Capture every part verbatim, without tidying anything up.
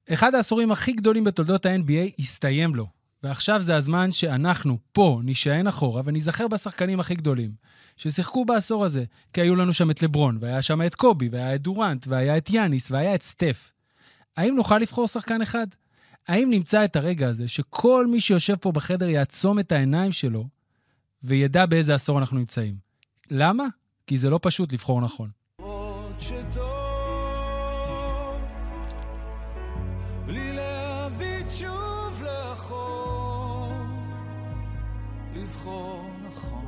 אחד העשורים הכי גדולים בתולדות ה-אן בי איי הסתיים לו, ועכשיו זה הזמן שאנחנו פה נשען אחורה ונזכר בשחקנים הכי גדולים, ששיחקו בעשור הזה, כי היו לנו שם את לברון, והיה שם את קובי, והיה את דורנט, והיה את יאניס, והיה את סטף. האם נוכל לבחור שחקן אחד? האם נמצא את הרגע הזה שכל מי שיושב פה בחדר יעצום את העיניים שלו, וידע באיזה עשור אנחנו נמצאים? למה? כי זה לא פשוט לבחור נכון. בלי להביט שוב לאחור, לבחור נכון.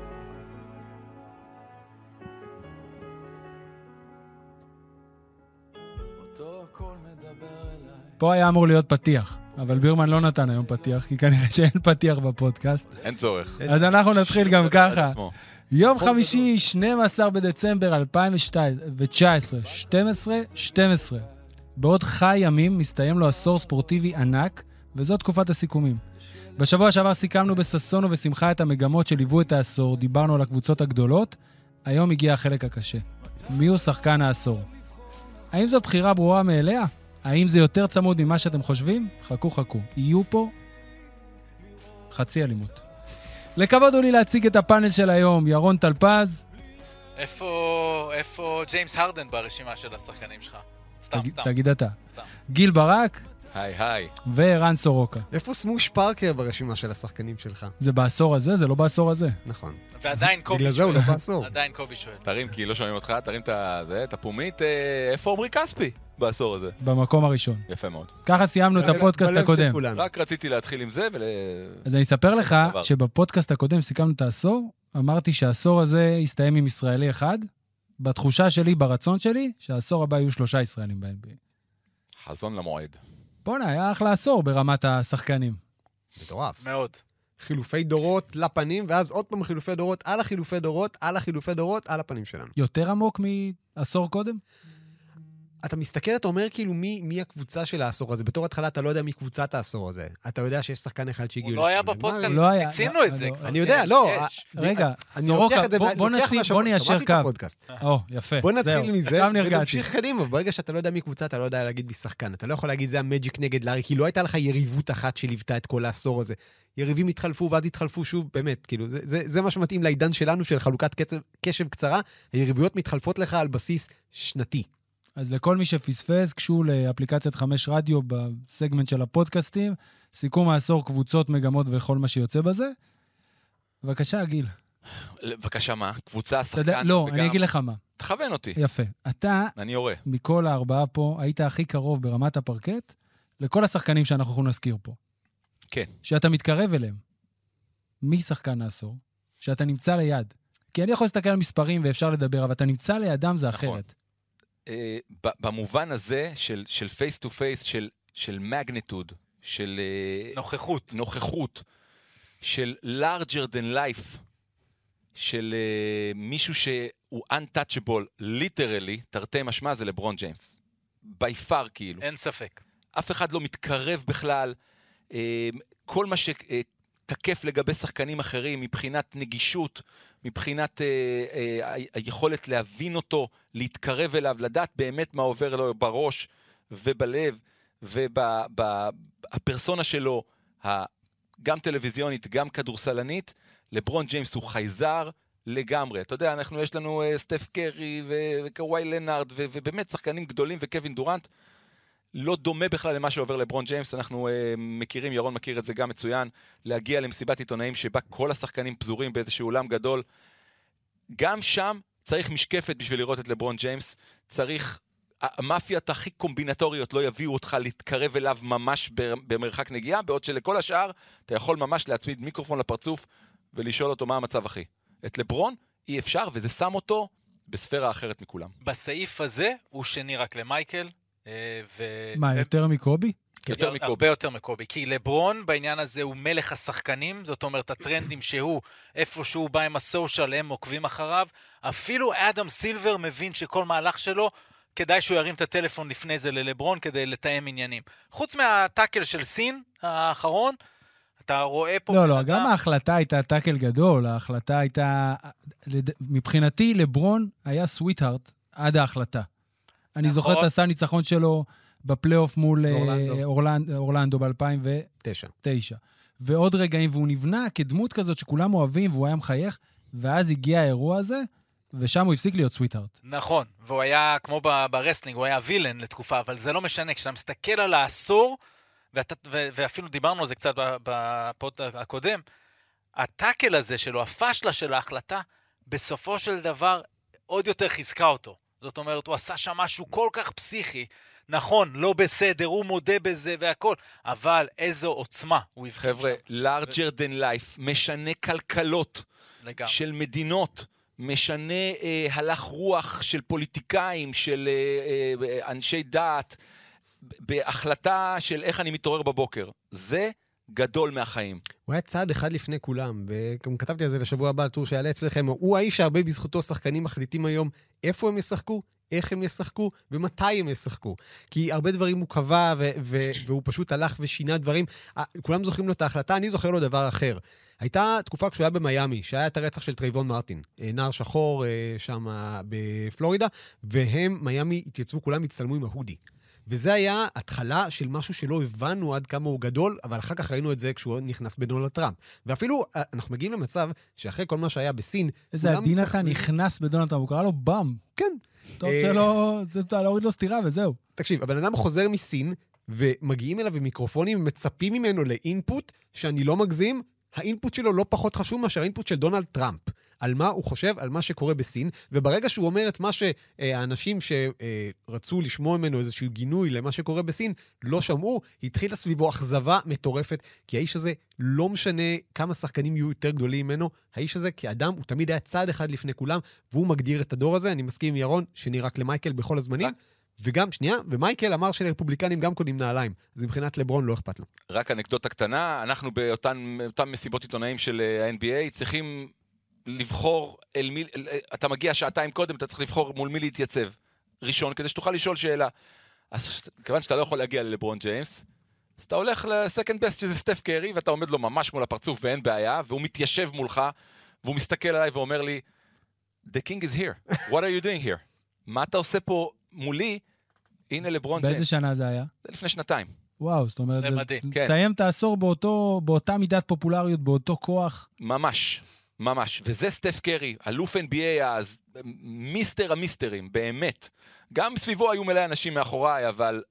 אותו הכל מדבר אליי. פה היה אמור להיות פתיח, אבל בירמן לא נתן היום פתיח, כי כנראה שאין פתיח בפודקאסט. אין צורך. אז אנחנו נתחיל גם ככה. יום חמישי, שנים עשר בדצמבר אלפיים תשע עשרה, שתים עשרה שתים עשרה. בעוד חי ימים מסתיים לו עשור ספורטיבי ענק, וזאת תקופת הסיכומים. בשבוע שעבר סיכמנו בססון ובשמחה את המגמות שליוו את העשור, דיברנו על הקבוצות הגדולות, היום הגיע החלק הקשה. מי הוא שחקן העשור? האם זאת בחירה ברורה מאליה? האם זה יותר צמוד ממה שאתם חושבים? חכו חכו. יהיו פה חצי אלימות. לכבוד הוא לי להציג את הפאנל של היום, ירון טלפז. איפה, איפה ג'יימס הרדן ברשימה של השחקנים שלך? סתם, תג, סתם. תגיד אתה. סתם. גיל ברק. היי, היי. ורן סורוקה. איפה סמוש פארקר ברשימה של השחקנים שלך? זה בעשור הזה, זה לא בעשור הזה. נכון. ועדיין קובי בגלל זה הוא שואל. לא בעשור. עדיין קובי שואל. תרים, כי לא שומעים אותך, תרים את זה, את הפומית, איפה עומרי כספי בעשור הזה? במקום הראשון. יפה מאוד. ככה סיימנו את הפודקאסט הקודם. רק רציתי להתחיל עם זה ול... אז אני אספר לך שבפודקאסט הקודם סיכמנו את העשור, אמרתי שהעשור הזה יסתיים עם ישראלי אחד, בתחושה שלי, ברצון שלי, שהעשור הבא יהיו שלושה ישראלים ב-אן בי איי. חזון למועד. בוא'נה, היה אחלה עשור ברמת השחקנים. מטורף. מאוד. חילופי דורות לפנים, ואז עוד פעם חילופי דורות, על החילופי דורות, על החילופי דורות, על הפנים שלנו. יותר עמוק מעשור קודם? אתה מסתכל, אתה אומר כאילו מי, מי הקבוצה של העשור הזה. בתור התחלה אתה לא יודע מי קבוצת העשור הזה. אתה יודע שיש שחקן אחד שהגיעו... הוא לא היה בפודקאסט, לא היה. הצינו את זה. לא, כבר. אני יודע, לא. יש. רגע, אני סורוקה, לוקח את זה, בוא- בוא לוקח נשים- מהשבוע- בוא ניישר שמעתי את קו. הפודקאסט. או, יפה. בוא נתחיל זהו. מזה, עכשיו נרגעתי. ונמשיך קדימה. ברגע שאתה לא יודע מי קבוצה, אתה לא יודע להגיד מי שחקן. אתה לא יכול להגיד זה המג'יק נגד לארי, כי לא הייתה לך יריבות אחת שליוותה את כל העשור הזה. יריבים התחלפו ואז התחלפו שוב, באמת, כאילו, זה, זה, זה מה שמתאים לעידן שלנו של חלוקת קצב, קשב קצרה. היריבויות מתחלפות לך על בסיס שנתי. אז לכל מי שפספס, קשו לאפליקציית חמש רדיו בסגמנט של הפודקאסטים, סיכום העשור, קבוצות, מגמות וכל מה שיוצא בזה. בבקשה, גיל. בבקשה, מה? קבוצה, אתה יודע- שחקן? לא, וגם- אני אגיד לך מה. תכוון אותי. יפה. אתה, אני יורה. מכל הארבעה פה, היית הכי קרוב ברמת הפרקט, לכל השחקנים שאנחנו יכולים להזכיר פה. כן. שאתה מתקרב אליהם. מי שחקן העשור? שאתה נמצא ליד. כי אני יכול להסתכל על מספרים ואפשר לדבר, אבל אתה נמצא לידם זה נכון. אחרת. אה, ב- במובן הזה של, של face to face, של, של magnitude, של אה, נוכחות. נוכחות, של larger than life, של אה, מישהו שהוא untouchable, literally, תרתי משמע, זה לברון ג'יימס. by far כאילו. אין ספק. אף אחד לא מתקרב בכלל. אה, כל מה שתקף לגבי שחקנים אחרים, מבחינת נגישות, מבחינת אה, אה, היכולת להבין אותו, להתקרב אליו, לדעת באמת מה עובר לו בראש ובלב, ובפרסונה שלו, גם טלוויזיונית, גם כדורסלנית, לברון ג'יימס הוא חייזר לגמרי. אתה יודע, אנחנו יש לנו אה, סטף קרי וקוואי לנארד, ו- ובאמת שחקנים גדולים וקווין דורנט, לא דומה בכלל למה שעובר לברון ג'יימס. אנחנו uh, מכירים, ירון מכיר את זה גם מצוין, להגיע למסיבת עיתונאים שבה כל השחקנים פזורים באיזשהו אולם גדול. גם שם צריך משקפת בשביל לראות את לברון ג'יימס. צריך, המאפיות הכי קומבינטוריות לא יביאו אותך להתקרב אליו ממש במרחק נגיעה, בעוד שלכל השאר אתה יכול ממש להצמיד מיקרופון לפרצוף ולשאול אותו מה המצב אחי. את לברון אי אפשר, וזה שם אותו בספירה אחרת מכולם. בסעיף הזה הוא שני רק למייקל. ו... מה, יותר מקובי? יותר מקובי. הרבה יותר מקובי, כי לברון בעניין הזה הוא מלך השחקנים, זאת אומרת הטרנדים שהוא, איפה שהוא בא עם הסושיאל, הם עוקבים אחריו, אפילו אדם סילבר מבין שכל מהלך שלו, כדאי שהוא ירים את הטלפון לפני זה ללברון כדי לתאם עניינים. חוץ מהטאקל של סין האחרון, אתה רואה פה... לא, לא, גם ההחלטה הייתה טאקל גדול, ההחלטה הייתה... מבחינתי לברון היה סוויטהארט עד ההחלטה. אני זוכר את הסל ניצחון שלו בפלייאוף מול אורלנדו. אורלנד, אורלנדו ב-אלפיים ותשע. ועוד רגעים, והוא נבנה כדמות כזאת שכולם אוהבים, והוא היה מחייך, ואז הגיע האירוע הזה, ושם הוא הפסיק להיות סוויט-הארט. נכון, והוא היה, כמו ברסלינג, הוא היה וילן לתקופה, אבל זה לא משנה, כשאתה מסתכל על העשור, ואתה, ו, ואפילו דיברנו על זה קצת בפוד הקודם, הטאקל הזה שלו, הפשלה של ההחלטה, בסופו של דבר עוד יותר חיזקה אותו. זאת אומרת, הוא עשה שם משהו כל כך פסיכי, נכון, לא בסדר, הוא מודה בזה והכל, אבל איזו עוצמה הוא הבחין שם. חבר'ה, larger than life, משנה כלכלות לגמרי. של מדינות, משנה אה, הלך רוח של פוליטיקאים, של אה, אה, אנשי דעת, בהחלטה של איך אני מתעורר בבוקר. זה גדול מהחיים. הוא היה צעד אחד לפני כולם, וגם כתבתי על זה לשבוע הבא, טור שיעלה אצלכם, הוא האיש שהרבה בזכותו שחקנים מחליטים היום איפה הם ישחקו, איך הם ישחקו, ומתי הם ישחקו. כי הרבה דברים הוא קבע, ו- ו- והוא פשוט הלך ושינה דברים. כולם זוכרים לו את ההחלטה, אני זוכר לו דבר אחר. הייתה תקופה כשהוא היה במיימי, שהיה את הרצח של טרייבון מרטין, נער שחור שם בפלורידה, והם, מיימי, התייצבו, כולם הצטלמו עם ההודי. וזה היה התחלה של משהו שלא הבנו עד כמה הוא גדול, אבל אחר כך ראינו את זה כשהוא נכנס בדונלד טראמפ. ואפילו אנחנו מגיעים למצב שאחרי כל מה שהיה בסין... איזה הדין אתה נכנס בדונלד טראמפ, הוא קרא לו באם. כן. טוב שלא, זה להוריד לו סתירה וזהו. תקשיב, הבן אדם חוזר מסין, ומגיעים אליו במיקרופונים, ומצפים ממנו לאינפוט, שאני לא מגזים, האינפוט שלו לא פחות חשוב מאשר האינפוט של דונלד טראמפ. על מה הוא חושב, על מה שקורה בסין, וברגע שהוא אומר את מה שהאנשים שרצו לשמוע ממנו איזשהו גינוי למה שקורה בסין, לא שמעו, התחילה סביבו אכזבה מטורפת, כי האיש הזה לא משנה כמה שחקנים יהיו יותר גדולים ממנו, האיש הזה כאדם הוא תמיד היה צעד אחד לפני כולם, והוא מגדיר את הדור הזה, אני מסכים עם ירון, שנראה רק למייקל בכל הזמנים, וגם, שנייה, ומייקל אמר שלרפובליקנים גם קונים נעליים, אז מבחינת לברון לא אכפת לו. רק אנקדוטה קטנה, אנחנו באותן מסיבות עיתונאים של ה-אן בי איי צריכים לבחור אל מי, אתה מגיע שעתיים קודם, אתה צריך לבחור מול מי להתייצב ראשון, כדי שתוכל לשאול שאלה. אז כיוון שאתה לא יכול להגיע ללברון ג'יימס, אז אתה הולך לסקנד בסט שזה סטף קרי, ואתה עומד לו ממש מול הפרצוף ואין בעיה, והוא מתיישב מולך, והוא מסתכל עליי ואומר לי, The king is here, what are you doing here? מה אתה עושה פה מולי? הנה לברון ג'יימס. באיזה שנה זה היה? זה לפני שנתיים. וואו, זאת אומרת, זה מדהים. כן. תסיים את העשור באותו, באותה מידת פופולריות, באותו כוח. ממש, ממש. וזה סטף קרי, אלוף אן בי איי אז, מיסטר המיסטרים, באמת. גם סביבו היו מלא אנשים מאחוריי, אבל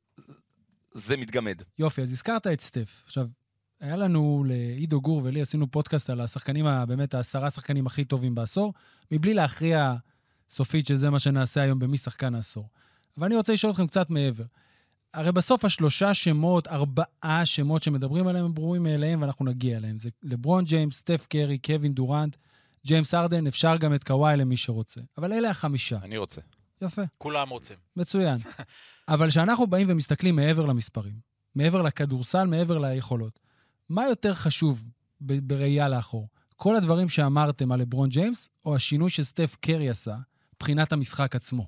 זה מתגמד. יופי, אז הזכרת את סטף. עכשיו, היה לנו, לעידו גור ולי, עשינו פודקאסט על השחקנים, באמת העשרה שחקנים הכי טובים בעשור, מבלי להכריע סופית שזה מה שנעשה היום במי שחקן העשור. אבל אני רוצה לשאול אתכם קצת מעבר. הרי בסוף השלושה שמות, ארבעה שמות שמדברים עליהם, הם ברורים מאליהם ואנחנו נגיע אליהם. זה לברון ג'יימס, סטף קרי, קווין דורנט, ג'יימס ארדן, אפשר גם את קוואי למי שרוצה. אבל אלה החמישה. אני רוצה. יפה. כולם רוצים. מצוין. אבל כשאנחנו באים ומסתכלים מעבר למספרים, מעבר לכדורסל, מעבר ליכולות, מה יותר חשוב ב- בראייה לאחור? כל הדברים שאמרתם על לברון ג'יימס, או השינוי שסטף קרי עשה, מבחינת המשחק עצמו?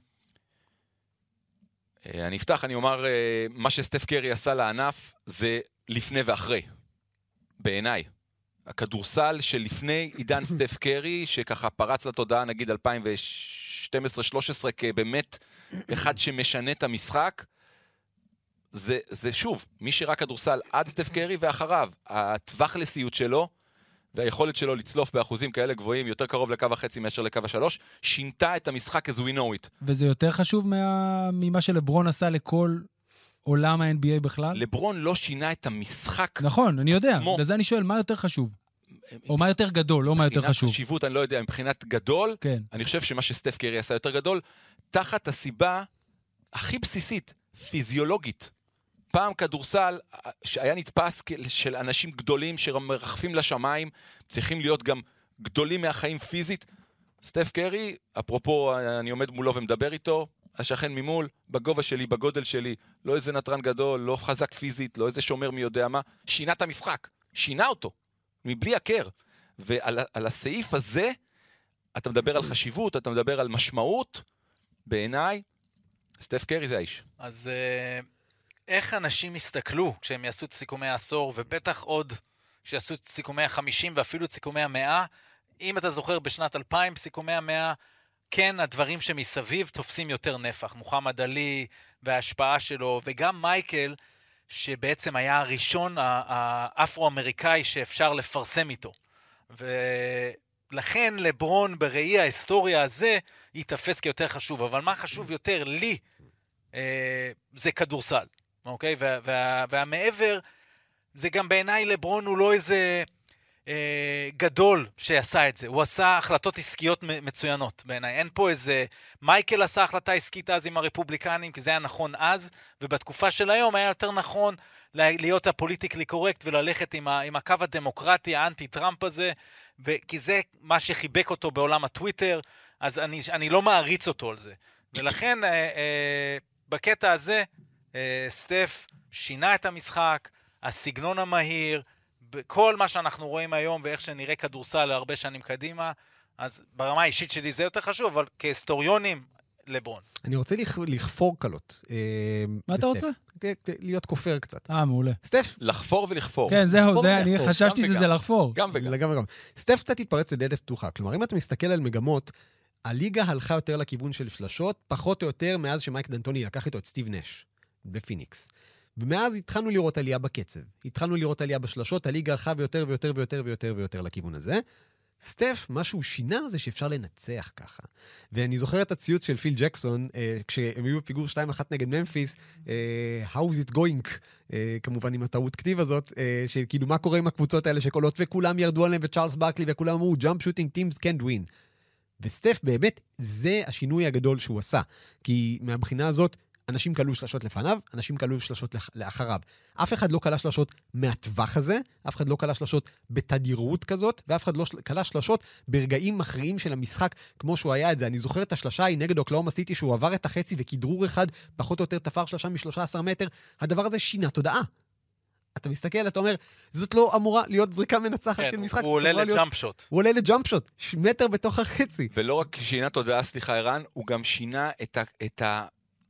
אני אפתח, אני אומר, מה שסטף קרי עשה לענף זה לפני ואחרי, בעיניי. הכדורסל שלפני עידן סטף קרי, שככה פרץ לתודעה נגיד אלפיים ושתים עשרה שלוש עשרה כבאמת אחד שמשנה את המשחק, זה, זה שוב, מי שראה כדורסל עד סטף קרי ואחריו, הטווח לסיוט שלו, והיכולת שלו לצלוף באחוזים כאלה גבוהים, יותר קרוב לקו החצי מאשר לקו השלוש, שינתה את המשחק as we know it. וזה יותר חשוב מה... ממה שלברון עשה לכל עולם ה-אן בי איי בכלל? לברון לא שינה את המשחק. נכון, אני יודע. עצמו. לזה אני שואל, מה יותר חשוב? או מה יותר גדול, לא מה יותר חשוב. מבחינת חשיבות, אני לא יודע, מבחינת גדול, כן. אני חושב שמה שסטף קרי עשה יותר גדול, תחת הסיבה הכי בסיסית, פיזיולוגית. פעם כדורסל שהיה נתפס של אנשים גדולים שמרחפים לשמיים, צריכים להיות גם גדולים מהחיים פיזית. סטף קרי, אפרופו אני עומד מולו ומדבר איתו, השכן ממול, בגובה שלי, בגודל שלי, לא איזה נטרן גדול, לא חזק פיזית, לא איזה שומר מי יודע מה, שינה את המשחק, שינה אותו, מבלי הכר. ועל על הסעיף הזה, אתה מדבר על חשיבות, אתה מדבר על משמעות, בעיניי, סטף קרי זה האיש. אז איך אנשים יסתכלו כשהם יעשו את סיכומי העשור, ובטח עוד שיעשו את סיכומי החמישים ואפילו את סיכומי המאה, אם אתה זוכר בשנת אלפיים, סיכומי המאה, כן, הדברים שמסביב תופסים יותר נפח. מוחמד עלי, וההשפעה שלו, וגם מייקל, שבעצם היה הראשון האפרו-אמריקאי שאפשר לפרסם איתו. ולכן לברון בראי ההיסטוריה הזה יתאפס כיותר חשוב. אבל מה חשוב יותר לי, זה כדורסל. אוקיי? וה, וה, והמעבר, זה גם בעיניי לברון הוא לא איזה אה, גדול שעשה את זה. הוא עשה החלטות עסקיות מצוינות בעיניי. אין פה איזה... מייקל עשה החלטה עסקית אז עם הרפובליקנים, כי זה היה נכון אז, ובתקופה של היום היה יותר נכון להיות הפוליטיקלי קורקט וללכת עם, ה, עם הקו הדמוקרטי, האנטי-טראמפ הזה, כי זה מה שחיבק אותו בעולם הטוויטר, אז אני, אני לא מעריץ אותו על זה. ולכן, אה, אה, בקטע הזה, סטף שינה את המשחק, הסגנון המהיר, כל מה שאנחנו רואים היום ואיך שנראה כדורסל להרבה שנים קדימה, אז ברמה האישית שלי זה יותר חשוב, אבל כהיסטוריונים, לברון. אני רוצה לכפור קלות. מה אתה רוצה? להיות כופר קצת. אה, מעולה. סטף. לחפור ולכפור. כן, זהו, אני חששתי שזה לחפור. גם וגם. גם וגם. סטף קצת התפרץ לדלת פתוחה. כלומר, אם אתה מסתכל על מגמות, הליגה הלכה יותר לכיוון של שלשות, פחות או יותר מאז שמייק דנטוני לקח איתו את סטיב נש. בפיניקס. ומאז התחלנו לראות עלייה בקצב. התחלנו לראות עלייה בשלשות, הליגה הלכה ויותר ויותר ויותר ויותר ויותר לכיוון הזה. סטף, מה שהוא שינה זה שאפשר לנצח ככה. ואני זוכר את הציוץ של פיל ג'קסון, אה, כשהם היו בפיגור שתיים אחת נגד ממפיס, אה, How is it going? אה, כמובן עם הטעות כתיב הזאת, אה, שכאילו מה קורה עם הקבוצות האלה שקולות, וכולם ירדו עליהם, וצ'ארלס ברקלי, וכולם אמרו, jump shooting teams can't win. וסטף באמת, זה השינוי הגדול שהוא עשה. כי מהבחינה הזאת, אנשים קלו שלשות לפניו, אנשים קלו שלשות לאחריו. אף אחד לא קלה שלשות מהטווח הזה, אף אחד לא קלה שלשות בתדירות כזאת, ואף אחד לא קלה שלשות ברגעים מכריעים של המשחק, כמו שהוא היה את זה. אני זוכר את השלשה היא נגד אוקלאומה סיטי, שהוא עבר את החצי וכדרור אחד, פחות או יותר תפר שלשה מ-שלושה עשר מטר. הדבר הזה שינה תודעה. אתה מסתכל, אתה אומר, זאת לא אמורה להיות זריקה מנצחת כן, של משחק. הוא עולה לג'אמפ שוט. הוא עולה לג'אמפ שוט, מטר בתוך החצי. ולא רק שינה תודעה, סליחה ערן, הוא גם שינה את ה... את ה...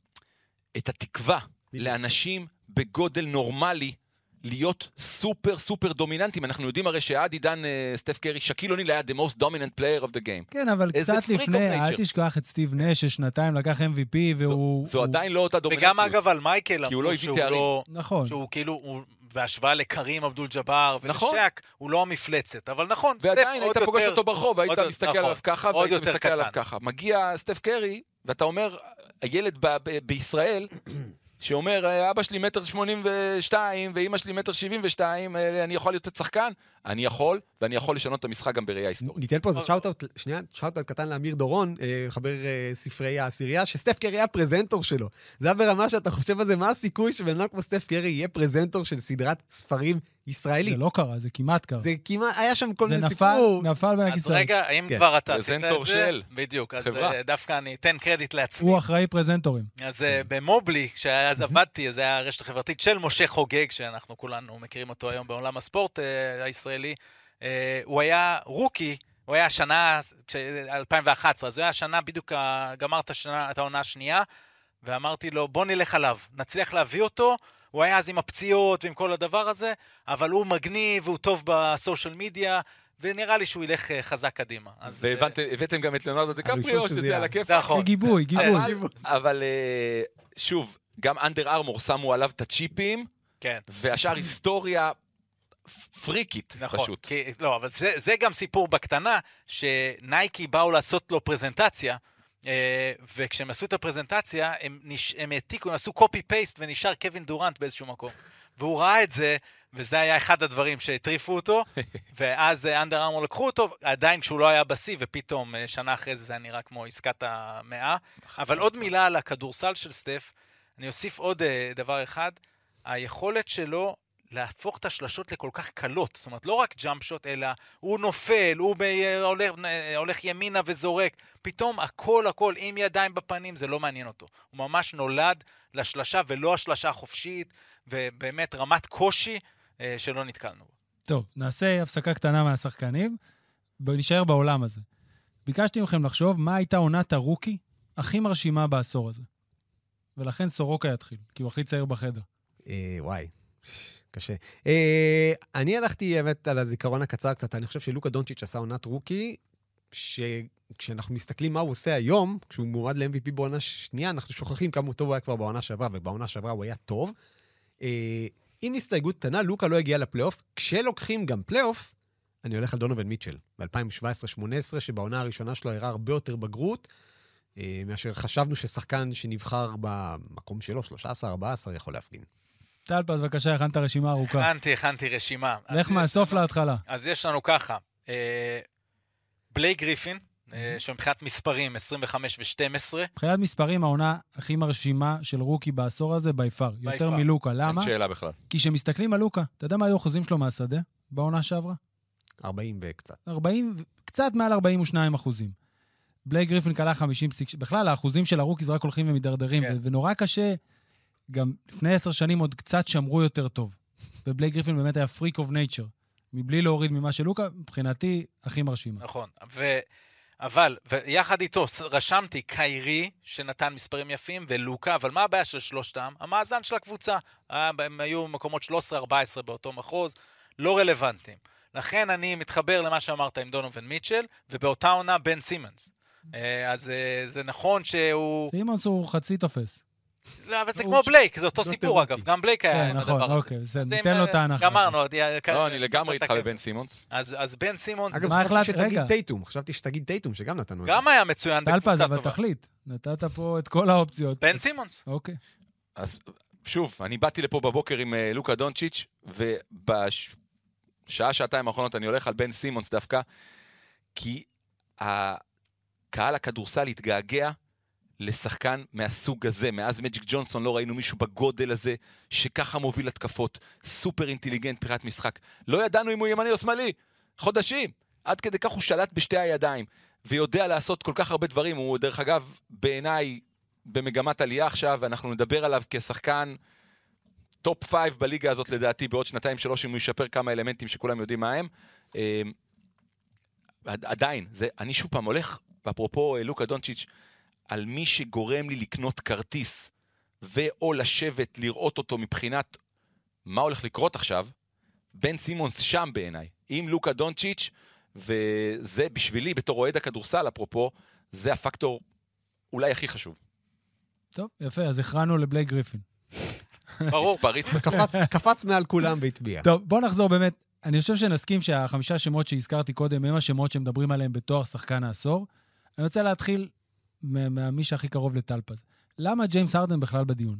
את התקווה לאנשים בגודל נורמלי להיות סופר סופר דומיננטים. אנחנו יודעים הרי שעד עידן סטף קרי, שקיל אוניל היה the most dominant player of the game. כן, אבל קצת לפני, אל תשכח את סטיב נש, ששנתיים לקח אם וי פי, והוא... זו עדיין לא אותה דומיננטיות. וגם אגב על מייקל, כי הוא לא הביא תארים. נכון. שהוא כאילו, בהשוואה לקרים אבדול ג'אבר ולשק, הוא לא המפלצת, אבל נכון. ועדיין היית פוגש אותו ברחוב, והיית מסתכל עליו ככה, והיית מסתכל עליו ככה. מגיע סטף קרי, ואתה אומר, הילד בישראל, שאומר, אבא שלי מטר שמונים ושתיים, ואמא שלי מטר שבעים ושתיים, אני יכול להיות שחקן? אני יכול, ואני יכול לשנות את המשחק גם בראייה היסטורית. ניתן פה איזה שאוט-אוט, שנייה, שאוט-אוט קטן לאמיר דורון, חבר ספרי העשירייה, שסטף קרי היה פרזנטור שלו. זה היה ברמה שאתה חושב על זה, מה הסיכוי שבן אדם כמו סטף קרי יהיה פרזנטור של סדרת ספרים ישראלי? זה לא קרה, זה כמעט קרה. זה כמעט, היה שם כל מיני זה סיפור. נפל, נפל בין הכיסאות. אז רגע, האם כבר אתה עשית פרזנטור את זה? של בדיוק, אז חברה. דווקא אני אתן קרדיט לעצמי. הוא אחראי פרזנטורים. אז במובלי, כשאז עבדתי, זה היה הרשת החברתית של משה חוגג, שאנחנו כולנו מכירים אותו היום בעולם הספורט הישראלי. הוא היה רוקי, הוא היה שנה, אלפיים ואחת עשרה, אז הוא היה שנה, בדיוק גמר את השנה, את העונה השנייה, ואמרתי לו, בוא נלך עליו, נצליח להביא אותו, הוא היה אז עם הפציעות ועם כל הדבר הזה, אבל הוא מגניב, והוא טוב בסושיאל מדיה, ונראה לי שהוא ילך חזק קדימה. והבאתם גם את ליאונרדו דיקפריו, שזה על הכיף. נכון. גיבוי, גיבוי. אבל שוב, גם אנדר ארמור שמו עליו את הצ'יפים, כן. והשאר היסטוריה פריקית, נכון, פשוט. כי, לא, אבל זה, זה גם סיפור בקטנה, שנייקי באו לעשות לו פרזנטציה, אה, וכשהם עשו את הפרזנטציה, הם, נש, הם העתיקו, הם עשו קופי-פייסט, ונשאר קווין דורנט באיזשהו מקום. והוא ראה את זה, וזה היה אחד הדברים שהטריפו אותו, ואז אנדר ארמור לקחו אותו, עדיין כשהוא לא היה בסי, ופתאום שנה אחרי זה זה היה נראה כמו עסקת המאה. אבל עוד מילה על הכדורסל של סטף, אני אוסיף עוד דבר אחד, היכולת שלו להפוך את השלשות לכל כך קלות, זאת אומרת, לא רק ג'אמפ שוט, אלא הוא נופל, הוא ב- הולך, הולך ימינה וזורק, פתאום הכל הכל עם ידיים בפנים, זה לא מעניין אותו. הוא ממש נולד לשלשה ולא השלשה חופשית, ובאמת רמת קושי אה, שלא נתקלנו. טוב, נעשה הפסקה קטנה מהשחקנים, בואו נשאר בעולם הזה. ביקשתי מכם לחשוב מה הייתה עונת הרוקי הכי מרשימה בעשור הזה. ולכן סורוקה יתחיל, כי הוא הכי צעיר בחדר. אה, וואי. קשה. אה, אני הלכתי באמת על הזיכרון הקצר קצת, אני חושב שלוקה דונצ'יץ' עשה עונת רוקי, שכשאנחנו מסתכלים מה הוא עושה היום, כשהוא מועמד ל-אם וי פי בעונה שנייה, אנחנו שוכחים כמה טוב הוא היה כבר בעונה שעברה, ובעונה שעברה הוא היה טוב. עם הסתייגות קטנה, לוקה לא הגיע לפלייאוף. כשלוקחים גם פלייאוף, אני הולך על דונובין מיטשל, ב-אלפיים שבע עשרה שמונה עשרה, שבעונה הראשונה שלו הראה הרבה יותר בגרות, מאשר חשבנו ששחקן שנבחר במקום שלו, שלושה עשר ארבע עשרה, יכול להפגין. טלפז, בבקשה, הכנת רשימה ארוכה. הכנתי, הכנתי רשימה. לך מהסוף להתחלה. אז יש לנו ככה, בלייק גריפין, שמבחינת מספרים עשרים וחמש ו-שתים עשרה. מבחינת מספרים, העונה הכי מרשימה של רוקי בעשור הזה, ביפר. יותר מלוקה. למה? אין שאלה בכלל. כי כשמסתכלים על לוקה, אתה יודע מה היו החוזים שלו מהשדה בעונה שעברה? ארבעים וקצת. ארבעים, קצת מעל ארבעים ושניים אחוזים. בלייק גריפין קלה חמישים, בכלל, האחוזים של הרוקיז רק הולכים ומדרדרים, כן. ונורא קשה, גם לפני עשר שנים עוד קצת שמרו יותר טוב. ובלייק גריפין באמת היה freak of nature. מבלי להוריד ממה של לוקה, מבחינתי, הכי מרשימה. נכון, ו... אבל, ויחד איתו, רשמתי קיירי, שנתן מספרים יפים, ולוקה, אבל מה הבעיה של שלושתם? המאזן של הקבוצה. הם היו מקומות שלוש עשרה ארבע עשרה באותו מחוז, לא רלוונטיים. לכן אני מתחבר למה שאמרת עם דונובין מיטשל, ובאותה עונה בן סימנס. אז זה נכון שהוא... סימנס הוא חצי תופס. לא, אבל זה כמו בלייק, זה אותו סיפור אגב, גם בלייק היה עם הדבר הזה. נכון, אוקיי, ניתן לו את ההנחה. גמרנו. לא, אני לגמרי איתך בבן סימונס. אז בן סימונס... אגב, חשבתי שתגיד טייטום, חשבתי שתגיד טייטום, שגם נתנו. גם היה מצוין בקבוצה טובה. טלפז, אבל תחליט, נתת פה את כל האופציות. בן סימונס. אוקיי. אז שוב, אני באתי לפה בבוקר עם לוקה דונצ'יץ', ובשעה, שעתיים האחרונות אני הולך על בן סימונס דווקא, כי הקהל הכדורסל התגעגע לשחקן מהסוג הזה. מאז מג'יק ג'ונסון לא ראינו מישהו בגודל הזה, שככה מוביל התקפות, סופר אינטליגנט פירת משחק. לא ידענו אם הוא ימני או שמאלי, חודשים. עד כדי כך הוא שלט בשתי הידיים, ויודע לעשות כל כך הרבה דברים. הוא דרך אגב, בעיניי, במגמת עלייה עכשיו, ואנחנו נדבר עליו כשחקן טופ פייב בליגה הזאת לדעתי, בעוד שנתיים שלוש, אם הוא ישפר כמה אלמנטים שכולם יודעים מה הם. עדיין, זה, אני שוב פעם הולך, אפרופו לוקה דונצ'יץ', על מי שגורם לי לקנות כרטיס, ואו לשבת לראות אותו מבחינת מה הולך לקרות עכשיו, בן סימונס שם בעיניי, עם לוקה דונצ'יץ', וזה בשבילי, בתור אוהד הכדורסל, אפרופו, זה הפקטור אולי הכי חשוב. טוב, יפה, אז הכרענו לבלייק גריפין. ברור. קפץ מעל כולם והטביע. טוב, בוא נחזור באמת. אני חושב שנסכים שהחמישה שמות שהזכרתי קודם, הם השמות שמדברים עליהם בתואר שחקן העשור. אני רוצה להתחיל מהמי שהכי קרוב לטלפז. למה ג'יימס הרדן בכלל בדיון?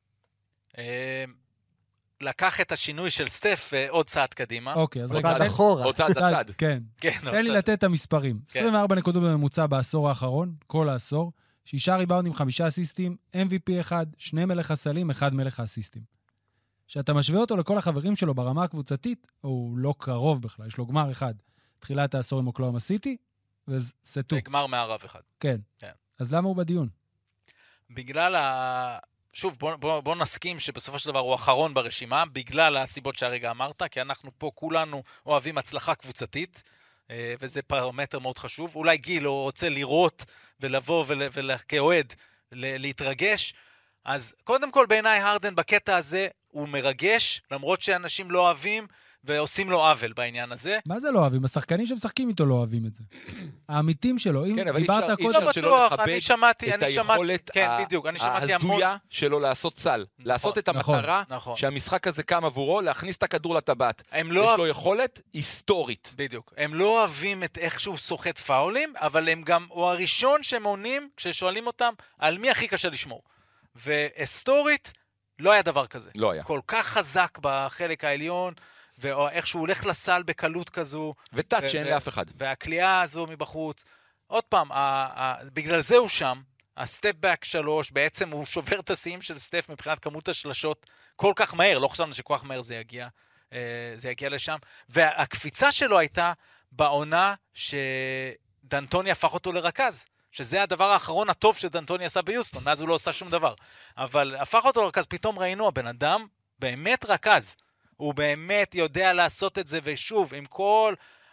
לקח את השינוי של סטף עוד צעד קדימה. אוקיי, אז רגע. צעד אחורה. עוד צעד לצד. כן. תן לי לתת את המספרים. עשרים וארבע נקודות בממוצע בעשור האחרון, כל העשור, שישה ריבאונדים, חמישה אסיסטים, אם וי פי אחד, שני מלך הסלים, אחד מלך האסיסטים. שאתה משווה אותו לכל החברים שלו ברמה הקבוצתית, הוא לא קרוב בכלל, יש לו גמר אחד. תחילת העשור עם אוקלהומה סיטי, וסטו. גמר מערב אחד. כן. כן. אז למה הוא בדיון? בגלל ה... שוב, בוא, בוא, בוא נסכים שבסופו של דבר הוא אחרון ברשימה, בגלל הסיבות שהרגע אמרת, כי אנחנו פה כולנו אוהבים הצלחה קבוצתית, וזה פרמטר מאוד חשוב. אולי גיל רוצה לראות ולבוא וכאוהד להתרגש. אז קודם כל בעיניי הרדן בקטע הזה הוא מרגש, למרות שאנשים לא אוהבים ועושים לו עוול בעניין הזה. מה זה לא אוהבים? השחקנים שמשחקים איתו לא אוהבים את זה. העמיתים שלו, אם כן, אבל דיברת אי אפשר שלא לכבד את היכולת ההזויה שלו לעשות סל. לעשות את המטרה שהמשחק הזה קם עבורו, להכניס את הכדור לטבעת. יש לו יכולת היסטורית. בדיוק. הם לא אוהבים את איך שהוא סוחט פאולים, אבל הם גם, הוא הראשון שהם עונים, כששואלים אותם, על מי הכי קשה לשמור. והיסטורית, לא היה דבר כזה. לא היה. כל כך חזק בחלק העליון, ואיך שהוא הולך לסל בקלות כזו. וטאץ' שאין לאף אחד. והקליעה הזו מבחוץ. עוד פעם, בגלל זה הוא שם, הסטפ בק שלוש, בעצם הוא שובר את השיאים של סטף מבחינת כמות השלשות כל כך מהר, לא חשבנו שכל כך מהר זה יגיע, זה יגיע לשם. והקפיצה שלו הייתה בעונה שדנטוני הפך אותו לרכז. שזה הדבר האחרון הטוב שדנטוני עשה ביוסטון, מאז הוא לא עושה שום דבר. אבל הפך אותו לרכז, פתאום ראינו, הבן אדם באמת רכז. הוא באמת יודע לעשות את זה, ושוב, עם כל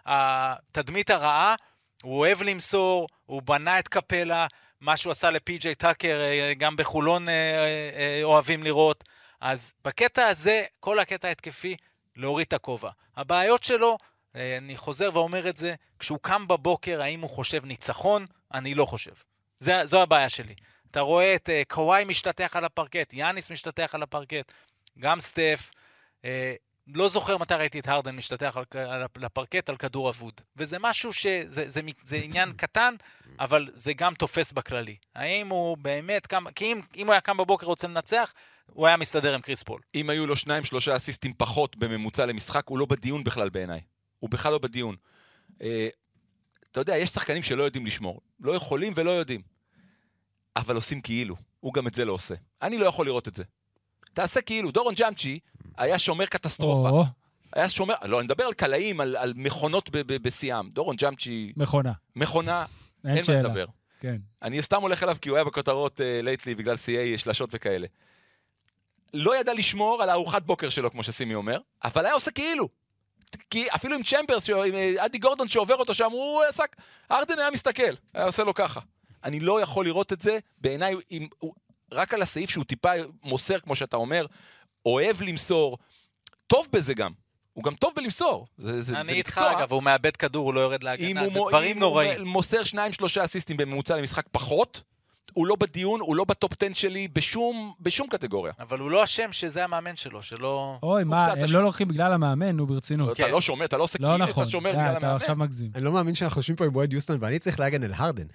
התדמית הרעה, הוא אוהב למסור, הוא בנה את קפלה, מה שהוא עשה לפי ג'יי טאקר, גם בחולון אוהבים לראות. אז בקטע הזה, כל הקטע ההתקפי, להוריד את הכובע. הבעיות שלו, אני חוזר ואומר את זה, כשהוא קם בבוקר, האם הוא חושב ניצחון? אני לא חושב. זה, זו הבעיה שלי. אתה רואה את uh, קוואי משתתח על הפרקט, יאניס משתתח על הפרקט, גם סטף, uh, לא זוכר מתי ראיתי את הרדן משתתח על, על הפרקט על כדור אבוד. וזה משהו שזה זה, זה, זה עניין קטן, אבל זה גם תופס בכללי. האם הוא באמת קם, כי אם, אם הוא היה קם בבוקר רוצה לנצח, הוא היה מסתדר עם קריס פול. אם היו לו שניים, שלושה אסיסטים פחות בממוצע למשחק, הוא לא בדיון בכלל בעיניי. הוא בכלל לא בדיון. אה, אתה יודע, יש שחקנים שלא יודעים לשמור. לא יכולים ולא יודעים. אבל עושים כאילו. הוא גם את זה לא עושה. אני לא יכול לראות את זה. תעשה כאילו. דורון ג'אמצ'י היה שומר קטסטרופה. היה שומר, לא, אני מדבר על קלעים, על, על מכונות בשיאם. דורון ג'אמצ'י... מכונה. מכונה, אין, אין מה לדבר. כן. אני סתם הולך אליו כי הוא היה בכותרות לייטלי בגלל סי איי שלשות וכאלה. לא ידע לשמור על הארוחת בוקר שלו, כמו שסימי אומר, אבל היה עושה כאילו. כי אפילו עם צ'מברס, עם אדי גורדון שעובר אותו שם, הוא עסק, ארדן היה מסתכל, היה עושה לו ככה. אני לא יכול לראות את זה, בעיניי, עם, רק על הסעיף שהוא טיפה מוסר, כמו שאתה אומר, אוהב למסור, טוב בזה גם. הוא גם טוב בלמסור. זה, זה, אני זה איתך, מקצוע. אגב, הוא מאבד כדור, הוא לא יורד להגנה, זה הוא, דברים נוראים. אם הוא מוסר שניים, שלושה אסיסטים בממוצע למשחק פחות, הוא לא בדיון, הוא לא בטופ עשר שלי בשום, בשום קטגוריה. אבל הוא לא אשם שזה המאמן שלו, שלא... אוי, מה, הם לא לוקחים בגלל המאמן, הוא ברצינות. אתה לא שומר, אתה לא עושה לא כאילו, נכון, אתה שומר בגלל המאמן. אתה עכשיו מגזים. אני לא מאמין שאנחנו חושבים פה עם בועד יוסטון, ואני צריך להגן על הרדן.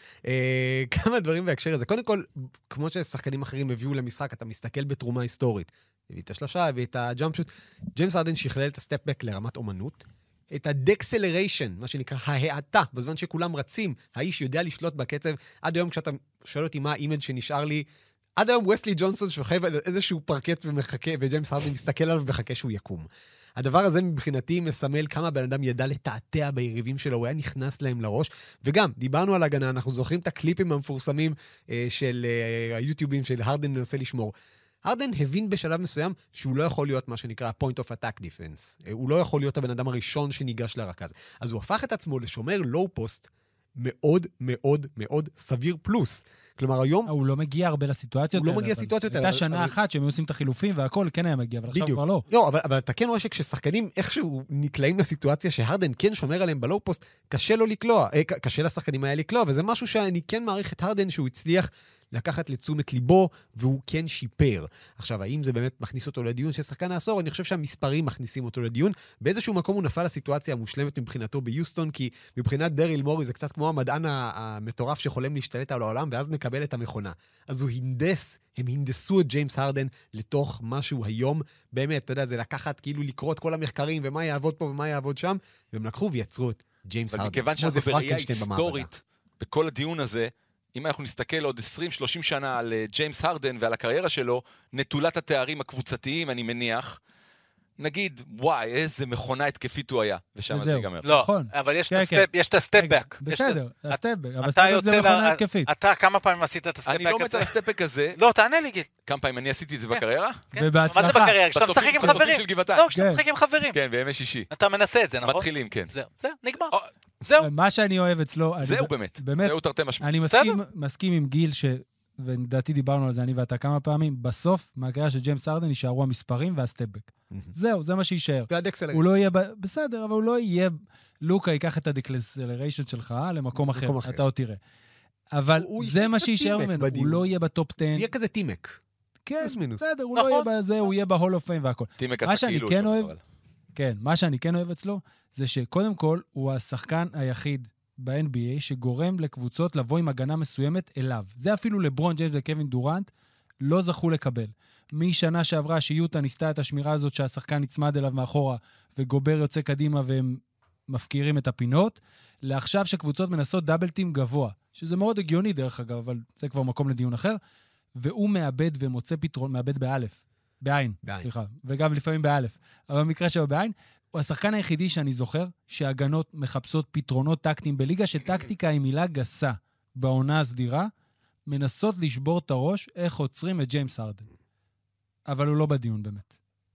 כמה דברים בהקשר הזה. קודם כל, כמו ששחקנים אחרים הביאו למשחק, אתה מסתכל בתרומה היסטורית. הביא את השלושה, הביא את הג'אמפ שוט. ג'יימס הרדן שכלל את הסטפ-בק לרמת אומנות. את הדקסלריישן, מה שנקרא ההאטה, בזמן שכולם רצים, האיש יודע לשלוט בקצב. עד היום כשאתה שואל אותי מה האימג' שנשאר לי, עד היום וסלי ג'ונסון שוכב על איזשהו פרקט ומחכה, וג'יימס הרדן מסתכל עליו ומחכה שהוא יקום. הדבר הזה מבחינתי מסמל כמה בן אדם ידע לתעתע ביריבים שלו, הוא היה נכנס להם לראש, וגם, דיברנו על הגנה, אנחנו זוכרים את הקליפים המפורסמים אה, של אה, היוטיובים של הרדן מנסה לשמור. הרדן הבין בשלב מסוים שהוא לא יכול להיות מה שנקרא point of attack defense. הוא לא יכול להיות הבן אדם הראשון שניגש לרכז. אז הוא הפך את עצמו לשומר לואו פוסט מאוד מאוד מאוד סביר פלוס. כלומר היום... הוא לא מגיע הרבה לסיטואציות. הוא לא מגיע לסיטואציות. הייתה שנה אחת שהם עושים את החילופים והכל כן היה מגיע, אבל עכשיו כבר לא. לא, אבל אתה כן רואה שכששחקנים איכשהו נקלעים לסיטואציה שהרדן כן שומר עליהם בלואו פוסט, קשה לו לקלוע, קשה לשחקנים היה לקלוע, וזה משהו שאני כן מעריך את הרדן שהוא הצליח לקחת לתשומת ליבו, והוא כן שיפר. עכשיו, האם זה באמת מכניס אותו לדיון של שחקן העשור? אני חושב שהמספרים מכניסים אותו לדיון. באיזשהו מקום הוא נפל לסיטואציה המושלמת מבחינתו ביוסטון, כי מבחינת דריל מורי זה קצת כמו המדען המטורף שחולם להשתלט על העולם, ואז מקבל את המכונה. אז הוא הינדס, הם הינדסו את ג'יימס הרדן לתוך משהו היום. באמת, אתה יודע, זה לקחת כאילו לקרוא את כל המחקרים, ומה יעבוד פה ומה יעבוד שם, והם לקחו ויצרו את ג'יימס הרדן. אבל מכיוון שזה בראייה היסטורית, בכל הדיון הזה, אם אנחנו נסתכל עוד עשרים שלושים שנה על ג'יימס הרדן ועל הקריירה שלו, נטולת התארים הקבוצתיים, אני מניח, נגיד, וואי, איזה מכונה התקפית הוא היה, ושם זה ייגמר. לא, אבל יש את הסטפ-בק. בסדר, הסטפ-בק, אבל הסטפ-בק זה מכונה התקפית. אתה כמה פעמים עשית את הסטפ-בק הזה? אני לא מת על הסטפ-בק הזה. לא, תענה לי, גיל. כמה פעמים אני עשיתי את זה בקריירה? ובהצלחה. מה זה בקריירה? כשאתה משחק עם חברים. לא, כשאתה משחק עם חברים. כן, בימי שישי. אתה מנסה את זה, נכון? מתחילים, כן. זהו, נגמר. זהו. מה שאני אוהב אצלו... זהו באמת. זהו תרתי משמע. אני מסכים עם גיל ש... ולדעתי דיברנו על זה אני ואתה כמה פעמים, בסוף, מהקריירה של ג'יימס הרדן, יישארו המספרים והסטפ-בק. זהו, זה מה שישאר. הוא לא יהיה... בסדר, אבל הוא לא יהיה... לוקה ייקח את הדקלסלריישן שלך למקום אחר, אתה עוד תראה. אבל זה מה שישאר ממנו, הוא לא יהיה בטופ עשר. יהיה כזה טימק. כן, בסדר, הוא לא יהיה בזה, הוא יהיה בהול אוף פיים והכל. טימק עשה כאילו... כן, מה שאני כן אוהב אצלו, זה שקודם כל, הוא השחקן היחיד ב-אן בי איי שגורם לקבוצות לבוא עם הגנה מסוימת אליו. זה אפילו לברון ג'יימס וקווין דורנט לא זכו לקבל. משנה שעברה שיוטה ניסתה את השמירה הזאת שהשחקן נצמד אליו מאחורה, וגובר יוצא קדימה והם מפקירים את הפינות, לעכשיו שקבוצות מנסות דאבל טים גבוה, שזה מאוד הגיוני דרך אגב, אבל זה כבר מקום לדיון אחר, והוא מאבד ומוצא פתרון, מאבד באלף. בעין, סליחה, וגם לפעמים באלף. אבל במקרה שלו בעין, הוא השחקן היחידי שאני זוכר שהגנות מחפשות פתרונות טקטיים בליגה שטקטיקה היא מילה גסה בעונה הסדירה, מנסות לשבור את הראש איך עוצרים את ג'יימס הרדן. אבל הוא לא בדיון באמת.